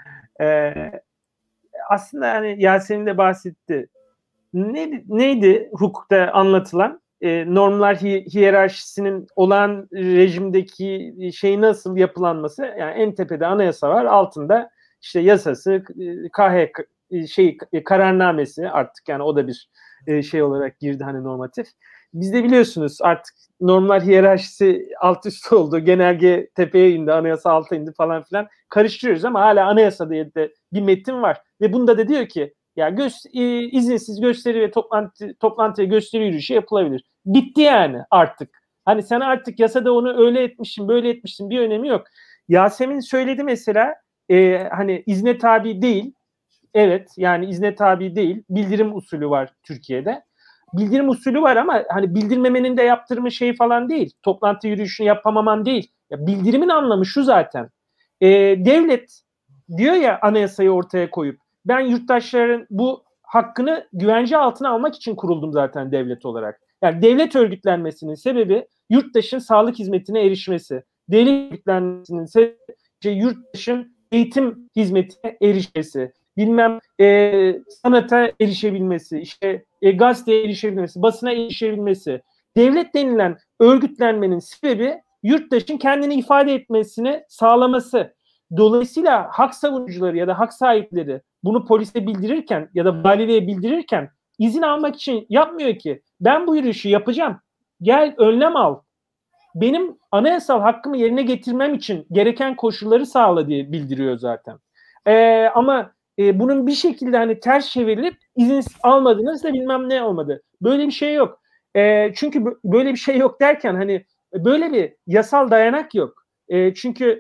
Aslında hani Yasemin de bahsetti. Neydi hukukta anlatılan? Normlar hiyerarşisinin olan rejimdeki şey nasıl yapılanması? Yani en tepede anayasa var, altında işte yasası, KHK kararnamesi, artık yani o da bir şey olarak girdi hani normatif. Bizde biliyorsunuz artık normlar hiyerarşisi alt üst oldu. Genelge tepeye indi, anayasa alta indi falan filan. Karıştırıyoruz ama hala anayasa diye de bir metin var. Ve bunda da diyor ki ya izinsiz gösteri ve toplantıya gösteri yürüyüşü yapılabilir. Bitti yani artık. Hani sen artık yasada onu öyle etmişsin, böyle etmişsin, bir önemi yok. Yasemin söyledi mesela, hani izne tabi değil. Evet, yani izne tabi değil. Bildirim usulü var Türkiye'de. Bildirim usulü var ama hani bildirmemenin de yaptırımı şey falan değil. Toplantı yürüyüşünü yapamaman değil. Ya bildirimin anlamı şu zaten. Devlet diyor ya, anayasayı ortaya koyup ben yurttaşların bu hakkını güvence altına almak için kuruldum zaten devlet olarak. Yani devlet örgütlenmesinin sebebi yurttaşın sağlık hizmetine erişmesi. Devlet örgütlenmesinin sebebi yurttaşın eğitim hizmetine erişmesi. Bilmem sanata erişebilmesi, işte gazeteye erişebilmesi, basına erişebilmesi. Devlet denilen örgütlenmenin sebebi yurttaşın kendini ifade etmesini sağlaması. Dolayısıyla hak savunucuları ya da hak sahipleri bunu polise bildirirken ya da valiliğe bildirirken izin almak için yapmıyor ki. Ben bu yürüyüşü yapacağım. Gel önlem al. Benim anayasal hakkımı yerine getirmem için gereken koşulları sağla diye bildiriyor zaten. Ama bunun bir şekilde hani ters çevrilip izin almadınız da bilmem ne olmadı. Böyle bir şey yok. Çünkü böyle bir şey yok derken hani böyle bir yasal dayanak yok. Çünkü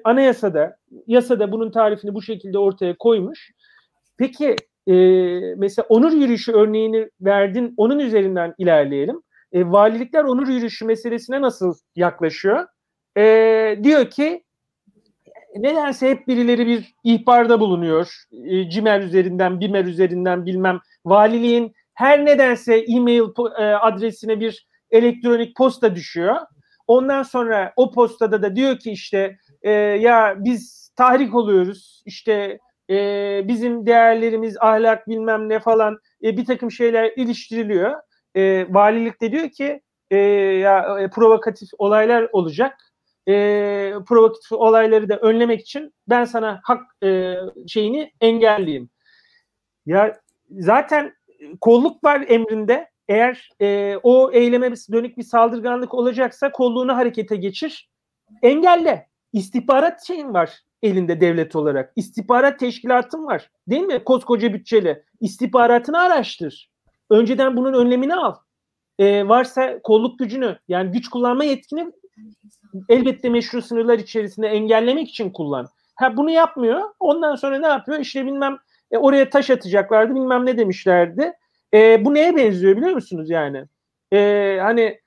yasada bunun tarifini bu şekilde ortaya koymuş. Peki mesela onur yürüyüşü örneğini verdin, onun üzerinden ilerleyelim. Valilikler onur yürüyüşü meselesine nasıl yaklaşıyor? Diyor ki nedense hep birileri bir ihbarda bulunuyor. Cimer üzerinden, Bimer üzerinden bilmem. Valiliğin her nedense e-mail adresine bir elektronik posta düşüyor. Ondan sonra o postada da diyor ki işte ya biz tahrik oluyoruz. İşte bizim değerlerimiz, ahlak bilmem ne falan bir takım şeyler iliştiriliyor. Valilik de diyor ki ya provokatif olaylar olacak. Provokatif olayları da önlemek için ben sana hak şeyini engelleyeyim. Ya zaten kolluk var emrinde. Eğer o eyleme dönük bir saldırganlık olacaksa kolluğunu harekete geçir. Engelle. İstihbarat şeyin var elinde devlet olarak. İstihbarat teşkilatın var. Değil mi? Koskoca bütçeli. İstihbaratını araştır. Önceden bunun önlemini al. Varsa kolluk gücünü yani güç kullanma yetkini elbette meşru sınırlar içerisinde engellemek için kullan. Bunu yapmıyor. Ondan sonra ne yapıyor? İşte bilmem oraya taş atacaklardı bilmem ne demişlerdi. Bu neye benziyor biliyor musunuz yani? Hani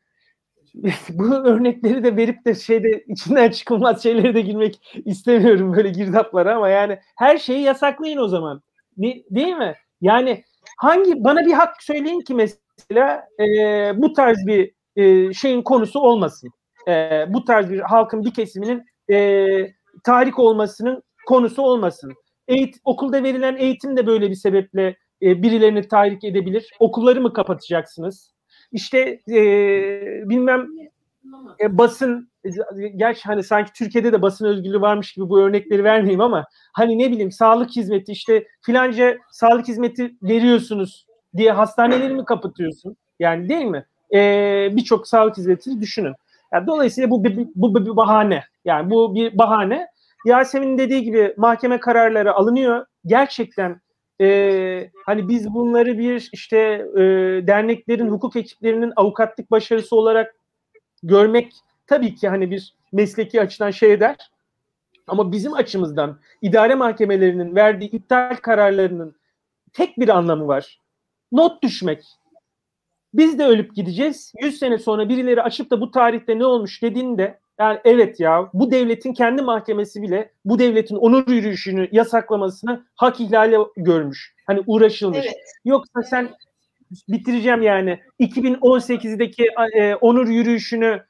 bu örnekleri de verip de içinden çıkılmaz şeylere de girmek istemiyorum böyle girdaplara ama yani her şeyi yasaklayın o zaman. Değil mi? Yani bana bir hak söyleyin ki mesela bu tarz bir şeyin konusu olmasın. Bu tarz bir halkın bir kesiminin tahrik olmasının konusu olmasın. Okulda verilen eğitim de böyle bir sebeple birilerini tahrik edebilir. Okulları mı kapatacaksınız? İşte bilmem basın gerçi hani sanki Türkiye'de de basın özgürlüğü varmış gibi bu örnekleri vermeyeyim ama hani ne bileyim sağlık hizmeti işte filanca sağlık hizmeti veriyorsunuz diye hastaneleri mi kapatıyorsun? Yani değil mi? Birçok sağlık hizmetini düşünün. Yani dolayısıyla bu bir bahane. Yani bu bir bahane. Yasemin'in dediği gibi mahkeme kararları alınıyor. Gerçekten hani biz bunları bir işte derneklerin, hukuk ekiplerinin avukatlık başarısı olarak görmek tabii ki hani bir mesleki açıdan şey eder. Ama bizim açımızdan idare mahkemelerinin verdiği iptal kararlarının tek bir anlamı var. Not düşmek. Biz de ölüp gideceğiz. 100 sene sonra birileri açıp da bu tarihte ne olmuş dediğinde yani evet ya bu devletin kendi mahkemesi bile bu devletin onur yürüyüşünü yasaklamasını hak ihlali görmüş. Hani uğraşılmış. Evet. Yoksa sen bitireceğim yani 2018'deki onur yürüyüşünü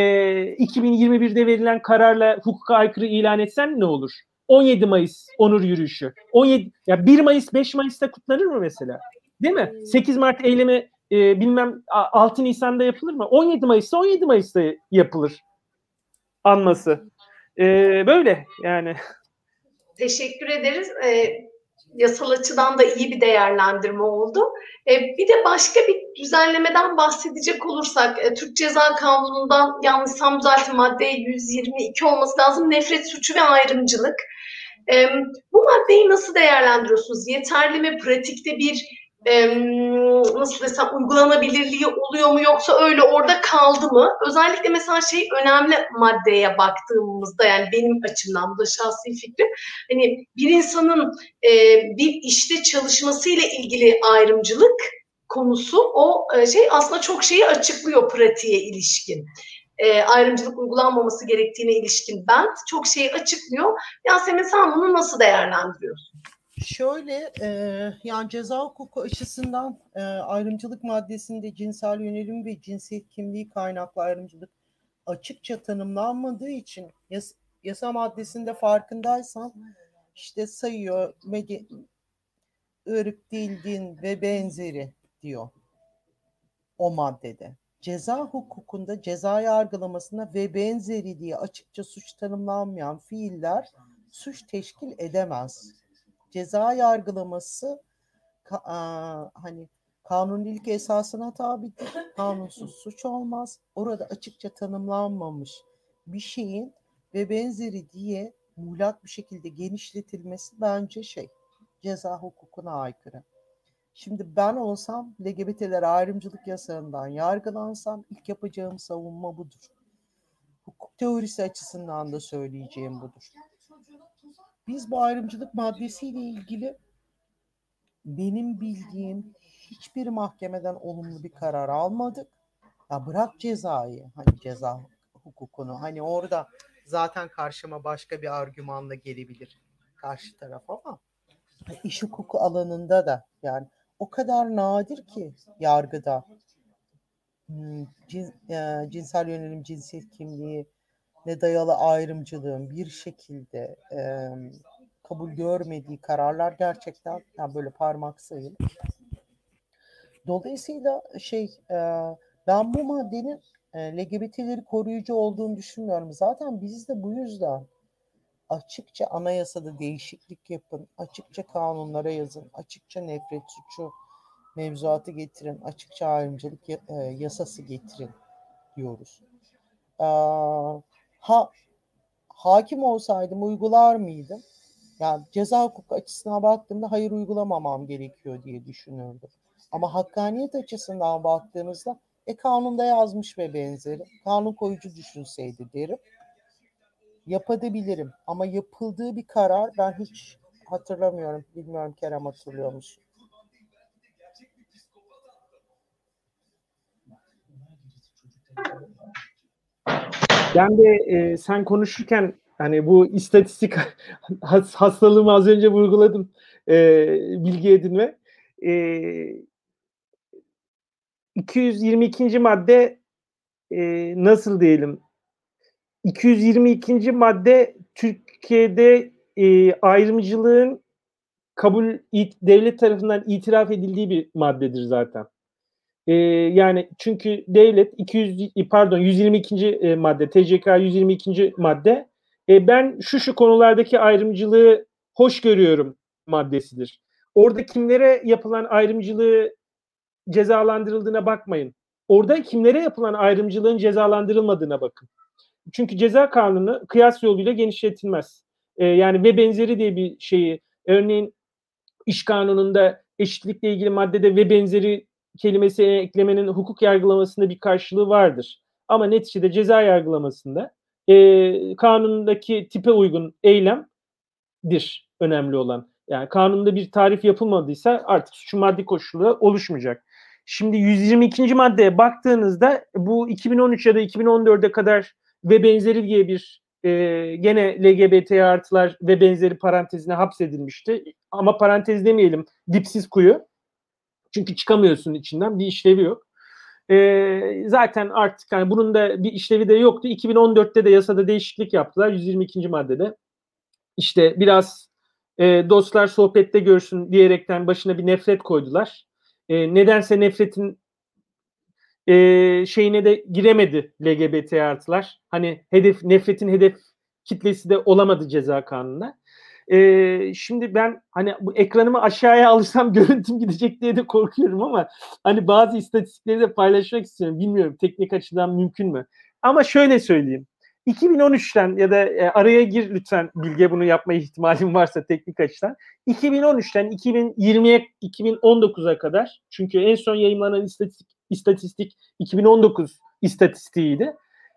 2021'de verilen kararla hukuka aykırı ilan etsen ne olur? 17 Mayıs onur yürüyüşü. 17 ya 1 Mayıs 5 Mayıs'ta kutlanır mı mesela? Değil mi? 8 Mart eylemi bilmem 6 Nisan'da yapılır mı? 17 Mayıs'ta 17 Mayıs'ta yapılır anması. Böyle yani. Teşekkür ederiz. Yasal açıdan da iyi bir değerlendirme oldu. Bir de başka bir düzenlemeden bahsedecek olursak, Türk Ceza Kanunu'ndan yanlışsam zaten madde 122 olması lazım. Nefret suçu ve ayrımcılık. Bu maddeyi nasıl değerlendiriyorsunuz? Yeterli mi? Pratikte bir nasıl desem uygulanabilirliği oluyor mu yoksa öyle orada kaldı mı? Özellikle mesela önemli maddeye baktığımızda yani benim açımdan bu da şahsi fikrim. Hani bir insanın bir işte çalışmasıyla ilgili ayrımcılık konusu o aslında çok şeyi açıklıyor pratiğe ilişkin. Ayrımcılık uygulanmaması gerektiğine ilişkin bent çok şeyi açıklıyor. Yasemin sen bunu nasıl değerlendiriyorsun? Şöyle yani ceza hukuku açısından ayrımcılık maddesinde cinsel yönelim ve cinsiyet kimliği kaynaklı ayrımcılık açıkça tanımlanmadığı için yasa maddesinde farkındaysan işte sayıyor ırk, dil, din ve benzeri diyor o maddede. Ceza hukukunda ceza yargılamasında ve benzeri diye açıkça suç tanımlanmayan fiiller suç teşkil edemez. Ceza yargılaması hani kanunilik esasına tabidir. Kanunsuz suç olmaz. Orada açıkça tanımlanmamış bir şeyin ve benzeri diye muğlak bir şekilde genişletilmesi bence ceza hukukuna aykırı. Şimdi ben olsam LGBT'lere ayrımcılık yasağından yargılansam ilk yapacağım savunma budur. Hukuk teorisi açısından da söyleyeceğim budur. Biz bu ayrımcılık maddesiyle ilgili benim bildiğim hiçbir mahkemeden olumlu bir karar almadık. Ya bırak cezayı, hani ceza hukukunu, hani orada zaten karşıma başka bir argümanla gelebilir karşı taraf ama iş hukuku alanında da yani o kadar nadir ki yargıda cinsel yönelim, cinsiyet kimliği ne dayalı ayrımcılığın bir şekilde kabul görmediği kararlar gerçekten yani böyle parmak sayılır. Dolayısıyla ben bu maddenin LGBT'leri koruyucu olduğunu düşünmüyorum. Zaten biz de bu yüzden açıkça anayasada değişiklik yapın, açıkça kanunlara yazın, açıkça nefret suçu mevzuatı getirin, açıkça ayrımcılık yasası getirin diyoruz. Hakim olsaydım uygular mıydım? Yani ceza hukuku açısından baktığımda hayır uygulamamam gerekiyor diye düşünürdüm. Ama hakkaniyet açısından baktığımızda kanunda yazmış ve benzeri. Kanun koyucu düşünseydi derim. Yapabilirim. Ama yapıldığı bir karar ben hiç hatırlamıyorum. Bilmiyorum Kerem hatırlıyor musun? Ben de sen konuşurken hani bu istatistik hastalığımı az önce vurguladım, bilgi edinme. 222. madde nasıl diyelim? 222. madde Türkiye'de ayrımcılığın devlet tarafından itiraf edildiği bir maddedir zaten. Yani çünkü devlet 122. madde TCK 122. madde ben şu konulardaki ayrımcılığı hoş görüyorum maddesidir. Orada kimlere yapılan ayrımcılığı cezalandırıldığına bakmayın. Orada kimlere yapılan ayrımcılığın cezalandırılmadığına bakın. Çünkü ceza kanunu kıyas yoluyla genişletilmez. Yani ve benzeri diye bir şeyi örneğin iş kanununda eşitlikle ilgili maddede ve benzeri kelimesi eklemenin hukuk yargılamasında bir karşılığı vardır. Ama neticede ceza yargılamasında kanundaki tipe uygun eylemdir önemli olan. Yani kanunda bir tarif yapılmadıysa artık suçun maddi koşulu oluşmayacak. Şimdi 122. maddeye baktığınızda bu 2013 ya da 2014'e kadar ve benzeri diye bir gene LGBT artılar ve benzeri parantezine hapsedilmişti. Ama parantez demeyelim, dipsiz kuyu. Çünkü çıkamıyorsun içinden, bir işlevi yok. Zaten artık yani bunun da bir işlevi de yoktu. 2014'te de yasada değişiklik yaptılar 122. maddede. İşte biraz dostlar sohbette görsün diyerekten başına bir nefret koydular. Nedense nefretin şeyine de giremedi LGBT artılar. Hani nefretin hedef kitlesi de olamadı ceza kanununda. Şimdi ben hani bu ekranımı aşağıya alırsam görüntüm gidecek diye de korkuyorum ama hani bazı istatistikleri de paylaşmak istiyorum. Bilmiyorum teknik açıdan mümkün mü? Ama şöyle söyleyeyim. 2013'ten ya da araya gir lütfen Bilge, bunu yapma ihtimalim varsa teknik açıdan. 2013'ten 2020'ye 2019'a kadar, çünkü en son yayınlanan istatistik 2019 istatistiğiydi.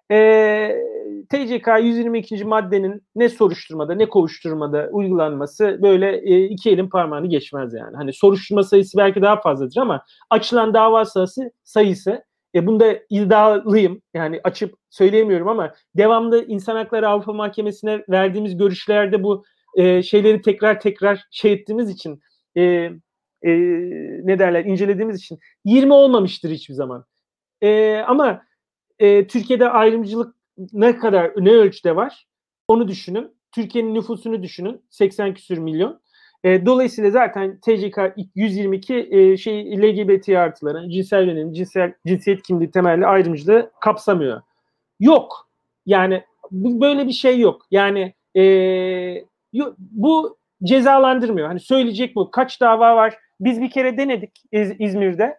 TCK 122. maddenin ne soruşturmada ne kovuşturmada uygulanması böyle iki elin parmağını geçmez yani. Hani soruşturma sayısı belki daha fazladır ama açılan dava sayısı bunda iddialıyım. Yani açıp söyleyemiyorum ama devamlı İnsan Hakları Avrupa Mahkemesi'ne verdiğimiz görüşlerde bu şeyleri tekrar ettiğimiz için ne derler, incelediğimiz için 20 olmamıştır hiçbir zaman. Ama Türkiye'de ayrımcılık ne ölçüde var? Onu düşünün. Türkiye'nin nüfusunu düşünün. 80 küsür milyon. Dolayısıyla zaten TCK 122 LGBT artıların cinsel yönelim, cinsiyet kimliği temelli ayrımcılığı kapsamıyor. Yok. Yani böyle bir şey yok. Yani bu cezalandırmıyor. Hani söyleyecek bu. Kaç dava var? Biz bir kere denedik İzmir'de.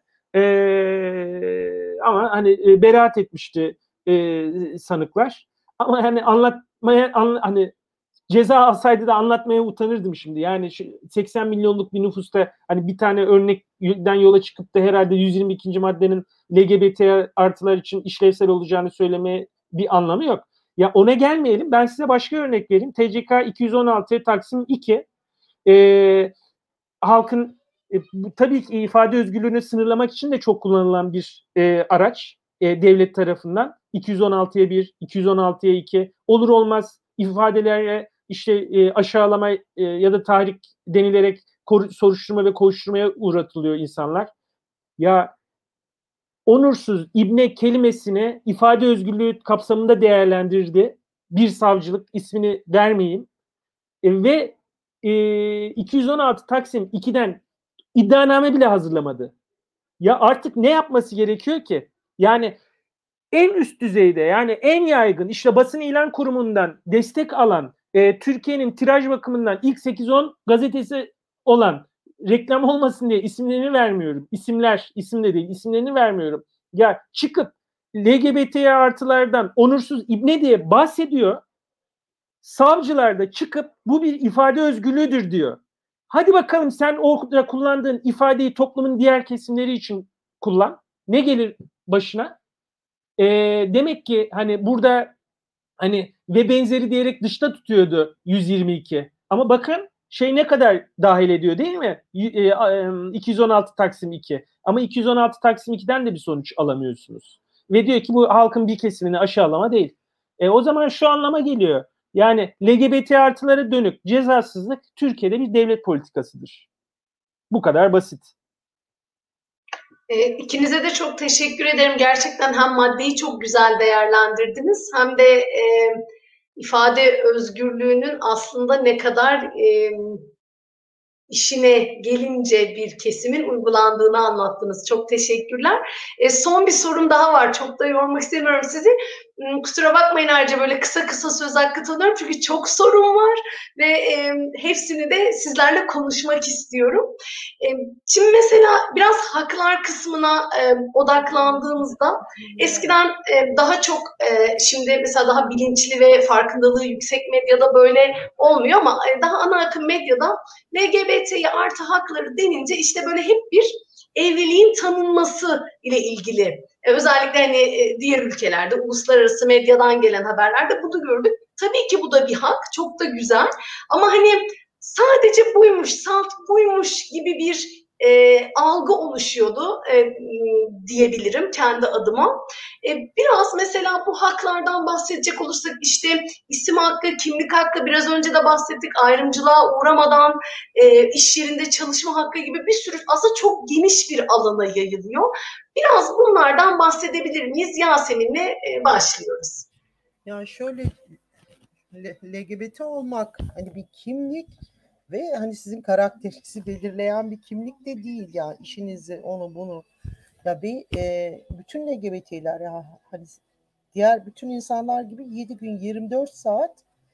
Ama hani beraat etmişti sanıklar. Ama hani anlatmaya hani ceza alsaydı da anlatmaya utanırdım şimdi. Yani 80 milyonluk bir nüfusta hani bir tane örnekten yola çıkıp da herhalde 122. maddenin LGBT artılar için işlevsel olacağını söylemeye bir anlamı yok. Ya ona gelmeyelim. Ben size başka örnek vereyim. TCK 216 Taksim 2 halkın tabii ki ifade özgürlüğünü sınırlamak için de çok kullanılan bir araç devlet tarafından. 216'ya 1, 216'ya 2 olur olmaz ifadelere işte aşağılama ya da tahrik denilerek soruşturma ve koşturmaya uğratılıyor insanlar. Ya onursuz ibne kelimesini ifade özgürlüğü kapsamında değerlendirdi bir savcılık, ismini vermeyeyim. Ve 216 Taksim 2'den iddianame bile hazırlamadı. Ya artık ne yapması gerekiyor ki? Yani en üst düzeyde, yani en yaygın işte basın ilan kurumundan destek alan, Türkiye'nin tiraj bakımından ilk 8-10 gazetesi olan, reklam olmasın diye isimlerini vermiyorum. İsim de değil, isimlerini vermiyorum. Ya çıkıp LGBT artılardan onursuz ibne diye bahsediyor. Savcılar da çıkıp bu bir ifade özgürlüğüdür diyor. Hadi bakalım sen orada kullandığın ifadeyi toplumun diğer kesimleri için kullan. Ne gelir başına? Demek ki hani burada hani ve benzeri diyerek dışta tutuyordu 122. Ama bakın ne kadar dahil ediyor değil mi? 216 Taksim 2. Ama 216 Taksim 2'den de bir sonuç alamıyorsunuz. Ve diyor ki bu halkın bir kesimini aşağılama değil. O zaman şu anlama geliyor. Yani LGBT artılara dönük cezasızlık Türkiye'de bir devlet politikasıdır. Bu kadar basit. İkinize de çok teşekkür ederim. Gerçekten hem maddeyi çok güzel değerlendirdiniz hem de ifade özgürlüğünün aslında ne kadar işine gelince bir kesimin uygulandığını anlattınız. Çok teşekkürler. Son bir sorum daha var. Çok da yormak istemiyorum sizi. Kusura bakmayın ayrıca böyle kısa kısa söz hakkı tanıyorum. Çünkü çok sorum var ve hepsini de sizlerle konuşmak istiyorum. Şimdi mesela biraz haklar kısmına odaklandığımızda eskiden daha çok şimdi mesela daha bilinçli ve farkındalığı yüksek medyada böyle olmuyor ama daha ana akım medyada LGBTİ artı hakları denince işte böyle hep bir evliliğin tanınması ile ilgili. Özellikle hani diğer ülkelerde, uluslararası medyadan gelen haberlerde bunu gördük. Tabii ki bu da bir hak, çok da güzel. Ama hani sadece buymuş, salt buymuş gibi bir algı oluşuyordu diyebilirim kendi adıma. Biraz mesela bu haklardan bahsedecek olursak işte isim hakkı, kimlik hakkı, biraz önce de bahsettik, ayrımcılığa uğramadan iş yerinde çalışma hakkı gibi bir sürü aslında çok geniş bir alana yayılıyor. Biraz bunlardan bahsedebilir miyiz? Yasemin'le başlıyoruz. Ya şöyle LGBT olmak hani bir kimlik ve hani sizin karakterinizi belirleyen bir kimlik de değil ya işinizi onu bunu ya bütün LGBT'ler ya hani diğer bütün insanlar gibi 7 gün 24 saat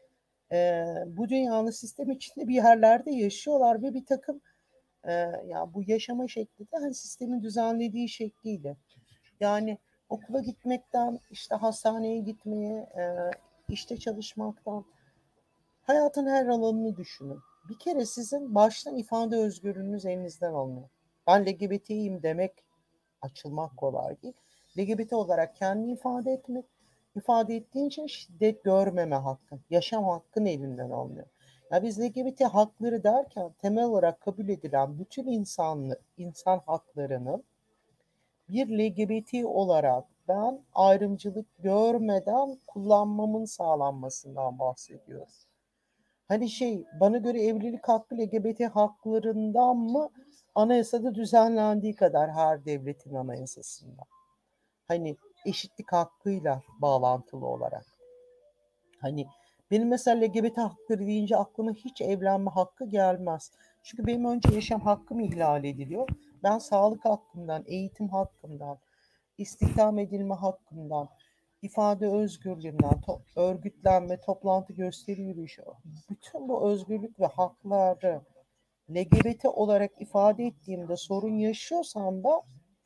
bu dünyanın sistemi içinde bir yerlerde yaşıyorlar ve bir takım ya bu yaşama şekli de hani sistemin düzenlediği şekliyle yani okula gitmekten işte hastaneye gitmeye işte çalışmaktan hayatın her alanını düşünün. Bir kere sizin baştan ifade özgürlüğünüz elinizden alınıyor. Ben LGBT'yim demek açılmak kolay değil. LGBT olarak kendini ifade ettiğin için şiddet görmeme hakkın, yaşam hakkın elinden alınıyor. Ya biz LGBT hakları derken temel olarak kabul edilen bütün insan haklarının bir LGBT olarak ben ayrımcılık görmeden kullanmamın sağlanmasından bahsediyoruz. Hani bana göre evlilik hakkı LGBT haklarından mı anayasada düzenlendiği kadar her devletin anayasasında. Hani eşitlik hakkıyla bağlantılı olarak. Hani benim mesela LGBT hakları deyince aklıma hiç evlenme hakkı gelmez. Çünkü benim önce yaşam hakkım ihlal ediliyor. Ben sağlık hakkımdan, eğitim hakkımdan, istihdam edilme hakkımdan, ifade özgürlüğünden, örgütlenme, toplantı, gösteri, yürüyüşü, bütün bu özgürlük ve hakları LGBT olarak ifade ettiğimde sorun yaşıyorsam da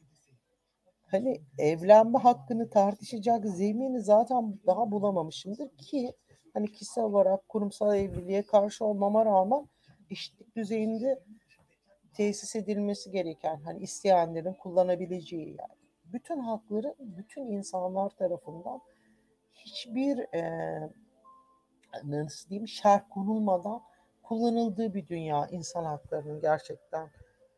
hani evlenme hakkını tartışacak zemini zaten daha bulamamışımdır ki hani kişisel olarak kurumsal evliliğe karşı olmama rağmen eşitlik düzeyinde tesis edilmesi gereken, hani isteyenlerin kullanabileceği, yani bütün hakları bütün insanlar tarafından hiçbir nasıl diyeyim, şerh konulmadan kullanıldığı bir dünya, insan haklarının gerçekten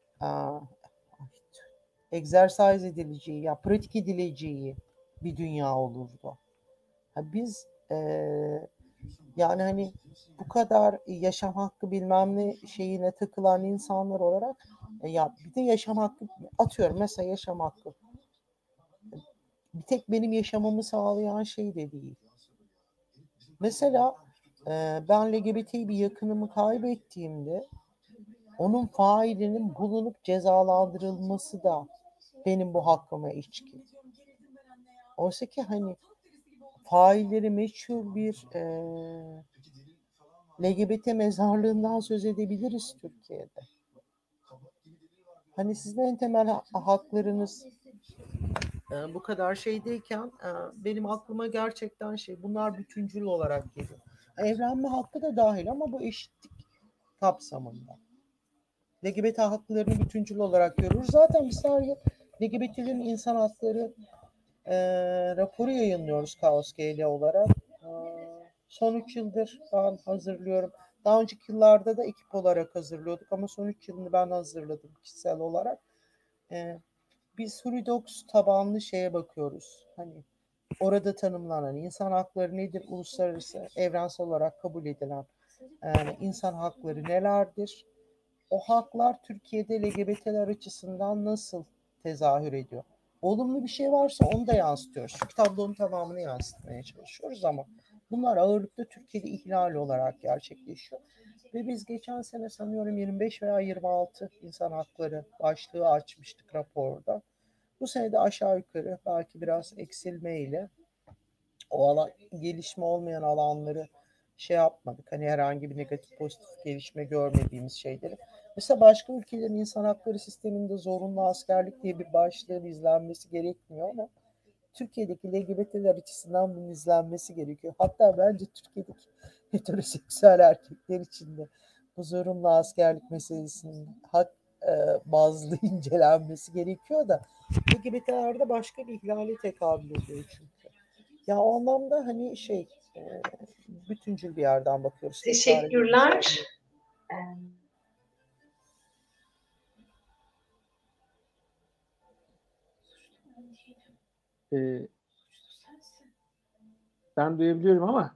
egzersiz edileceği, ya pratik edileceği bir dünya olurdu. Biz yani hani bu kadar yaşam hakkı bilmem ne şeyine takılan insanlar olarak ya bir de yaşam hakkı, atıyorum mesela, yaşam hakkı bir tek benim yaşamamı sağlayan şey de değil. Mesela ben LGBT bir yakınımı kaybettiğimde onun failinin bulunup cezalandırılması da benim bu hakkıma içki. Oysa ki hani failleri meçhul bir LGBT mezarlığından söz edebiliriz Türkiye'de. Hani sizin en temel haklarınız bu kadar şeydeyken benim aklıma gerçekten bunlar bütüncül olarak geliyor. Evlenme hakkı da dahil ama bu eşitlik kapsamında. LGBT haklarını bütüncül olarak görüyoruz. Zaten biz her yıl LGBT'lerin insan hakları raporu yayınlıyoruz Kaos GL olarak. Son 3 yıldır ben hazırlıyorum. Daha önceki yıllarda da ekip olarak hazırlıyorduk ama son 3 yılını ben hazırladım kişisel olarak. Biz Huridox tabanlı şeye bakıyoruz. Hani orada tanımlanan insan hakları nedir? Uluslararası, evrensel olarak kabul edilen insan hakları nelerdir? O haklar Türkiye'de LGBT'ler açısından nasıl tezahür ediyor? Olumlu bir şey varsa onu da yansıtıyoruz. Çünkü tablonun tamamını yansıtmaya çalışıyoruz ama bunlar ağırlıklı Türkiye'de ihlal olarak gerçekleşiyor. Ve biz geçen sene sanıyorum 25 veya 26 insan hakları başlığı açmıştık raporda. Bu sene de aşağı yukarı belki biraz eksilmeyle o alan, gelişme olmayan alanları yapmadık. Hani herhangi bir negatif pozitif gelişme görmediğimiz şeyleri. Mesela başka ülkelerin insan hakları sisteminde zorunlu askerlik diye bir başlığın izlenmesi gerekmiyor ama Türkiye'deki LGBT'ler açısından bunun izlenmesi gerekiyor. Hatta bence Türkiye'deki heteroseksüel erkekler için de bu zorunlu askerlik meselesinin hak bazlı incelenmesi gerekiyor da LGBT'lerde başka bir ihlale tekabül ediyor çünkü. Ya o anlamda hani bütüncül bir yerden bakıyoruz. Teşekkürler. Ben duyabiliyorum ama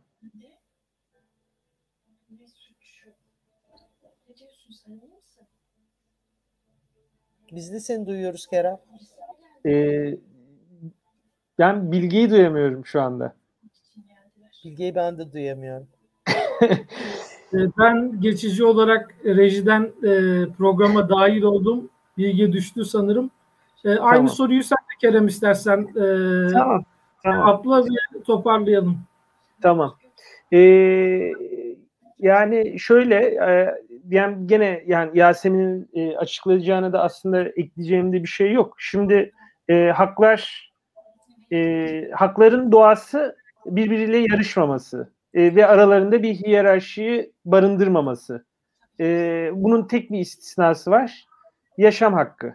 biz de seni duyuyoruz Kerem. Ben Bilge'yi duyamıyorum şu anda. Bilge'yi ben de duyamıyorum. Ben geçici olarak rejiden programa dahil oldum. Bilge düştü sanırım. Aynı soruyu sen de Kerem istersen tamam. atla ve toparlayalım. Tamam. Yani şöyle yani gene yani Yasemin'in açıklayacağına da aslında ekleyeceğim de bir şey yok. Şimdi hakların doğası birbiriyle yarışmaması ve aralarında bir hiyerarşiyi barındırmaması. Bunun tek bir istisnası var. Yaşam hakkı.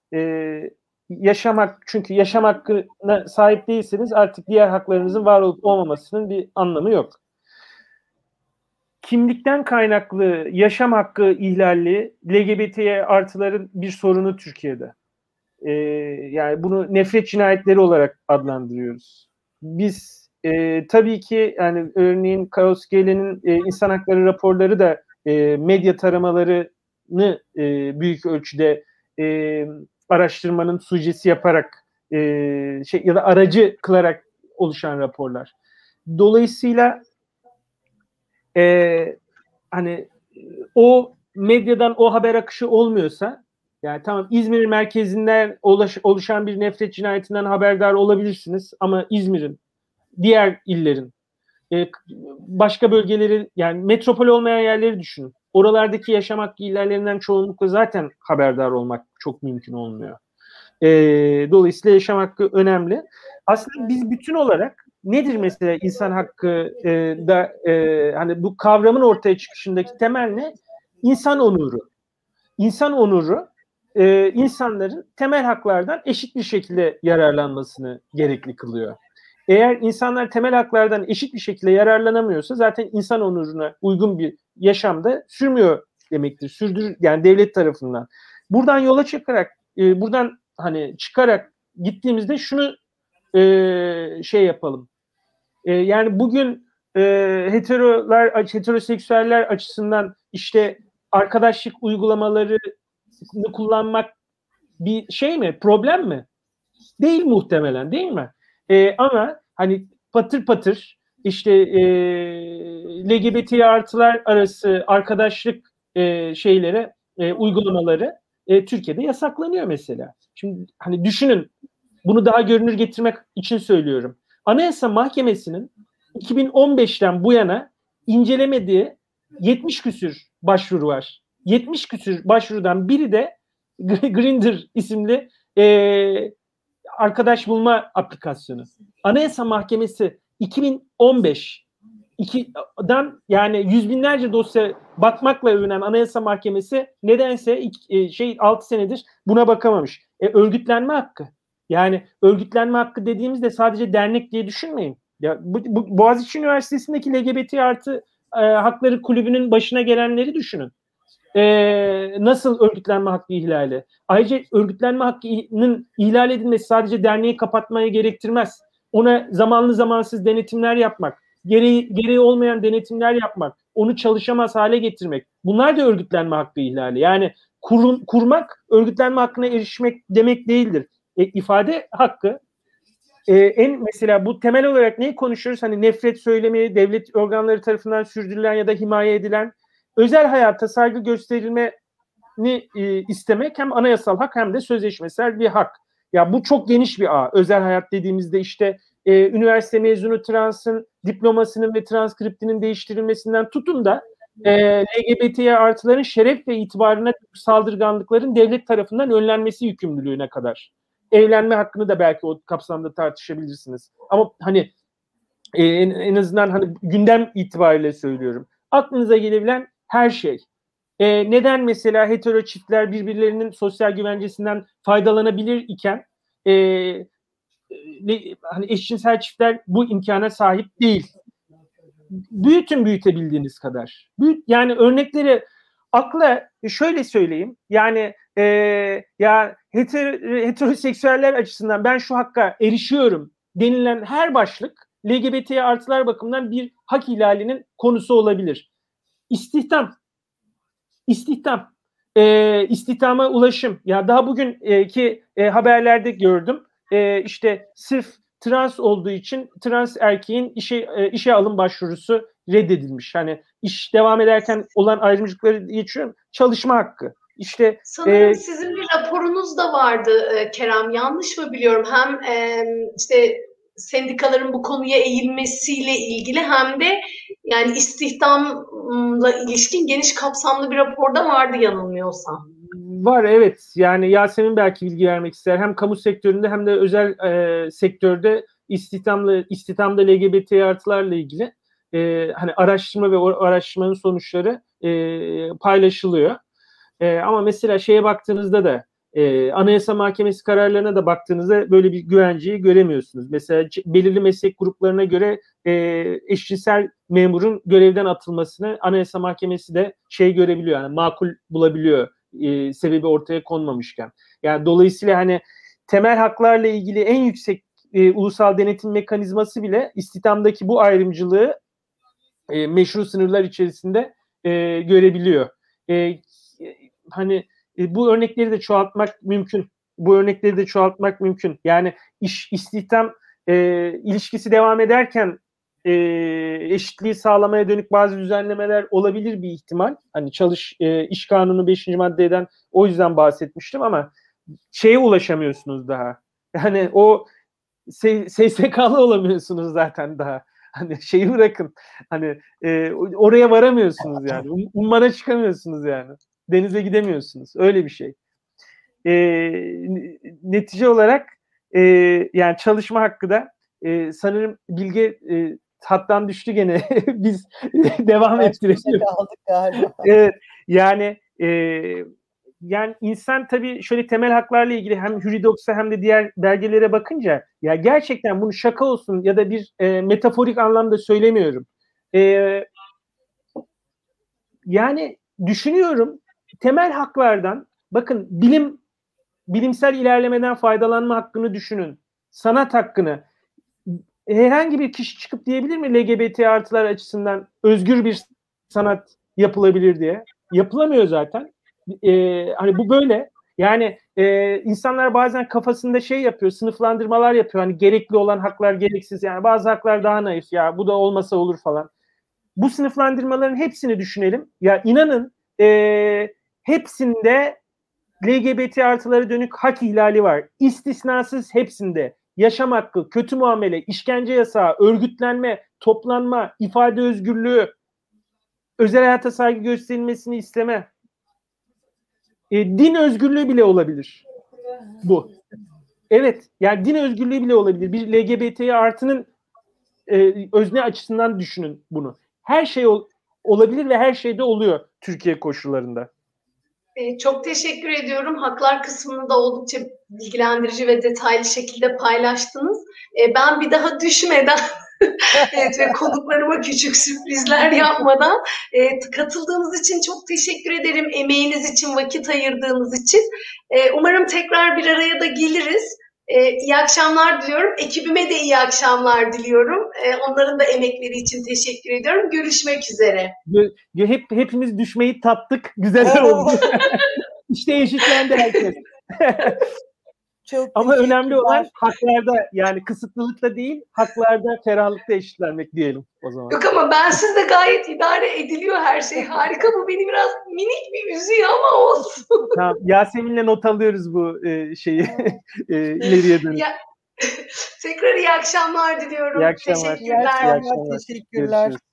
Çünkü yaşam hakkına sahip değilseniz artık diğer haklarınızın var olup olmamasının bir anlamı yok. Kimlikten kaynaklı yaşam hakkı ihlalli LGBT artıların bir sorunu Türkiye'de. Yani bunu nefret cinayetleri olarak adlandırıyoruz. Biz tabii ki yani örneğin Kaos GL'nin insan hakları raporları da medya taramalarını büyük ölçüde araştırmanın sujesi yaparak ya da aracı kılarak oluşan raporlar. Dolayısıyla hani o medyadan o haber akışı olmuyorsa, yani tamam İzmir'in merkezinden oluşan bir nefret cinayetinden haberdar olabilirsiniz ama İzmir'in, diğer illerin, başka bölgeleri, yani metropol olmayan yerleri düşünün. Oralardaki yaşam hakkı ihlallerinden çoğunlukla zaten haberdar olmak çok mümkün olmuyor. Dolayısıyla yaşam hakkı önemli. Aslında biz bütün olarak nedir mesela insan hakkı da hani bu kavramın ortaya çıkışındaki temel ne? İnsan onuru. İnsan onuru insanların temel haklardan eşit bir şekilde yararlanmasını gerekli kılıyor. Eğer insanlar temel haklardan eşit bir şekilde yararlanamıyorsa zaten insan onuruna uygun bir yaşamda sürmüyor demektir. Yani devlet tarafından. Buradan yola çıkarak, buradan hani çıkarak gittiğimizde şunu şey yapalım. Yani bugün heteroseksüeller açısından işte arkadaşlık uygulamaları kullanmak bir şey mi? Problem mi? Değil muhtemelen, değil mi? Ama hani patır patır işte LGBT artılar arası arkadaşlık şeylere uygulamaları Türkiye'de yasaklanıyor mesela. Şimdi hani düşünün, bunu daha görünür getirmek için söylüyorum. Anayasa Mahkemesi'nin 2015'ten bu yana incelemediği 70 küsür başvuru var. 70 küsür başvurudan biri de Grindr isimli arkadaş bulma aplikasyonu. Anayasa Mahkemesi 2015'dan yani yüz binlerce dosya bakmakla övünen Anayasa Mahkemesi nedense 6 senedir buna bakamamış. Örgütlenme hakkı. Yani örgütlenme hakkı dediğimizde sadece dernek diye düşünmeyin. Ya bu Boğaziçi Üniversitesi'ndeki LGBT artı hakları kulübünün başına gelenleri düşünün. Nasıl örgütlenme hakkı ihlali? Ayrıca örgütlenme hakkının ihlal edilmesi sadece derneği kapatmaya gerektirmez. Ona zamanlı zamansız denetimler yapmak, gereği olmayan denetimler yapmak, onu çalışamaz hale getirmek. Bunlar da örgütlenme hakkı ihlali. Yani kurmak örgütlenme hakkına erişmek demek değildir. İfade hakkı mesela bu temel olarak neyi konuşuyoruz? Hani nefret söylemi, devlet organları tarafından sürdürülen ya da himaye edilen özel hayata saygı gösterilmeni istemek hem anayasal hak hem de sözleşmesel bir hak. Ya bu çok geniş bir ağ. Özel hayat dediğimizde işte üniversite mezunu transın diplomasının ve transkriptinin değiştirilmesinden tutun da LGBT artıların şeref ve itibarına saldırganlıkların devlet tarafından önlenmesi yükümlülüğüne kadar. Evlenme hakkını da belki o kapsamda tartışabilirsiniz. Ama hani en azından hani gündem itibariyle söylüyorum. Aklınıza gelebilen her şey. Neden mesela hetero çiftler birbirlerinin sosyal güvencesinden faydalanabilir iken hani eşcinsel çiftler bu imkana sahip değil. Büyütebildiğiniz kadar. Yani örnekleri akla şöyle söyleyeyim. Yani ya heteroseksüeller açısından ben şu hakka erişiyorum denilen her başlık LGBT artılar bakımından bir hak ihlalinin konusu olabilir. İstihdam, istihdama ulaşım. Ya daha bugünkü haberlerde gördüm. İşte sırf trans olduğu için trans erkeğin işe alım başvurusu reddedilmiş. Hani iş devam ederken olan ayrımcılıkları geçiyorum. Çalışma hakkı. İşte sanırım sizin bir raporunuz da vardı Kerem. Yanlış mı biliyorum? Hem işte sendikaların bu konuya eğilmesiyle ilgili hem de yani istihdamla ilişkin geniş kapsamlı bir raporda vardı yanılmıyorsam. Var, evet. Yani Yasemin belki bilgi vermek ister. Hem kamu sektöründe hem de özel sektörde istihdamda LGBT artılarla ilgili hani araştırma ve o araştırmanın sonuçları paylaşılıyor. Ama mesela şeye baktığınızda da Anayasa Mahkemesi kararlarına da baktığınızda böyle bir güvenceyi göremiyorsunuz. Mesela belirli meslek gruplarına göre eşcinsel memurun görevden atılmasını Anayasa Mahkemesi de görebiliyor. Yani makul bulabiliyor sebebi ortaya konmamışken. Yani dolayısıyla hani temel haklarla ilgili en yüksek ulusal denetim mekanizması bile istihdamdaki bu ayrımcılığı meşru sınırlar içerisinde görebiliyor. Hani bu örnekleri de çoğaltmak mümkün. Yani istihdam ilişkisi devam ederken eşitliği sağlamaya dönük bazı düzenlemeler olabilir bir ihtimal. Hani iş kanunu 5. maddeden o yüzden bahsetmiştim ama şeye ulaşamıyorsunuz daha. Yani o SSK'lı olamıyorsunuz zaten daha. Hani şeyi bırakın. Hani oraya varamıyorsunuz yani. Ummana çıkamıyorsunuz yani. Denize gidemiyorsunuz. Öyle bir şey. Netice olarak yani çalışma hakkı da sanırım Bilge hattan düştü gene. Biz devam ettirelim. Kaldık galiba. Evet, yani insan tabii şöyle temel haklarla ilgili hem Hürridox'a hem de diğer belgelere bakınca ya gerçekten bunu şaka olsun ya da bir metaforik anlamda söylemiyorum. Yani düşünüyorum temel haklardan bakın bilimsel ilerlemeden faydalanma hakkını düşünün. Sanat hakkını. Herhangi bir kişi çıkıp diyebilir mi LGBT artılar açısından özgür bir sanat yapılabilir diye? Yapılamıyor zaten. Hani bu böyle. Yani insanlar bazen kafasında şey yapıyor, sınıflandırmalar yapıyor. Hani gerekli olan haklar gereksiz. Yani bazı haklar daha naif. Ya bu da olmasa olur falan. Bu sınıflandırmaların hepsini düşünelim. Ya inanın hepsinde LGBT artılara dönük hak ihlali var. İstisnasız hepsinde. Yaşam hakkı, kötü muamele, işkence yasağı, örgütlenme, toplanma, ifade özgürlüğü, özel hayata saygı gösterilmesini isteme. Din özgürlüğü bile olabilir bu. Evet, yani din özgürlüğü bile olabilir. Bir LGBTİ artının özne açısından düşünün bunu. Her şey olabilir ve her şey de oluyor Türkiye koşullarında. Çok teşekkür ediyorum. Haklar kısmını da oldukça bilgilendirici ve detaylı şekilde paylaştınız. Ben bir daha düşmeden evet, ve konuklarıma küçük sürprizler yapmadan katıldığınız için çok teşekkür ederim. Emeğiniz için, vakit ayırdığınız için. Umarım tekrar bir araya da geliriz. İyi akşamlar diliyorum. Ekibime de iyi akşamlar diliyorum. Onların da emekleri için teşekkür ediyorum. Görüşmek üzere. Hepimiz düşmeyi tattık. Güzel oldu. İşte eşitlendi herkes. Ama önemli olan haklarda, yani kısıtlılıkta değil, haklarda, ferahlıkta eşitlenmek diyelim o zaman. Yok ama bensiz de gayet idare ediliyor her şey. Harika, bu beni biraz minik bir üzüyor ama olsun. Tamam, Yasemin'le not alıyoruz bu şeyi ileriye dönük. Tekrar iyi akşamlar diliyorum. İyi akşamlar. Teşekkürler. Teşekkürler.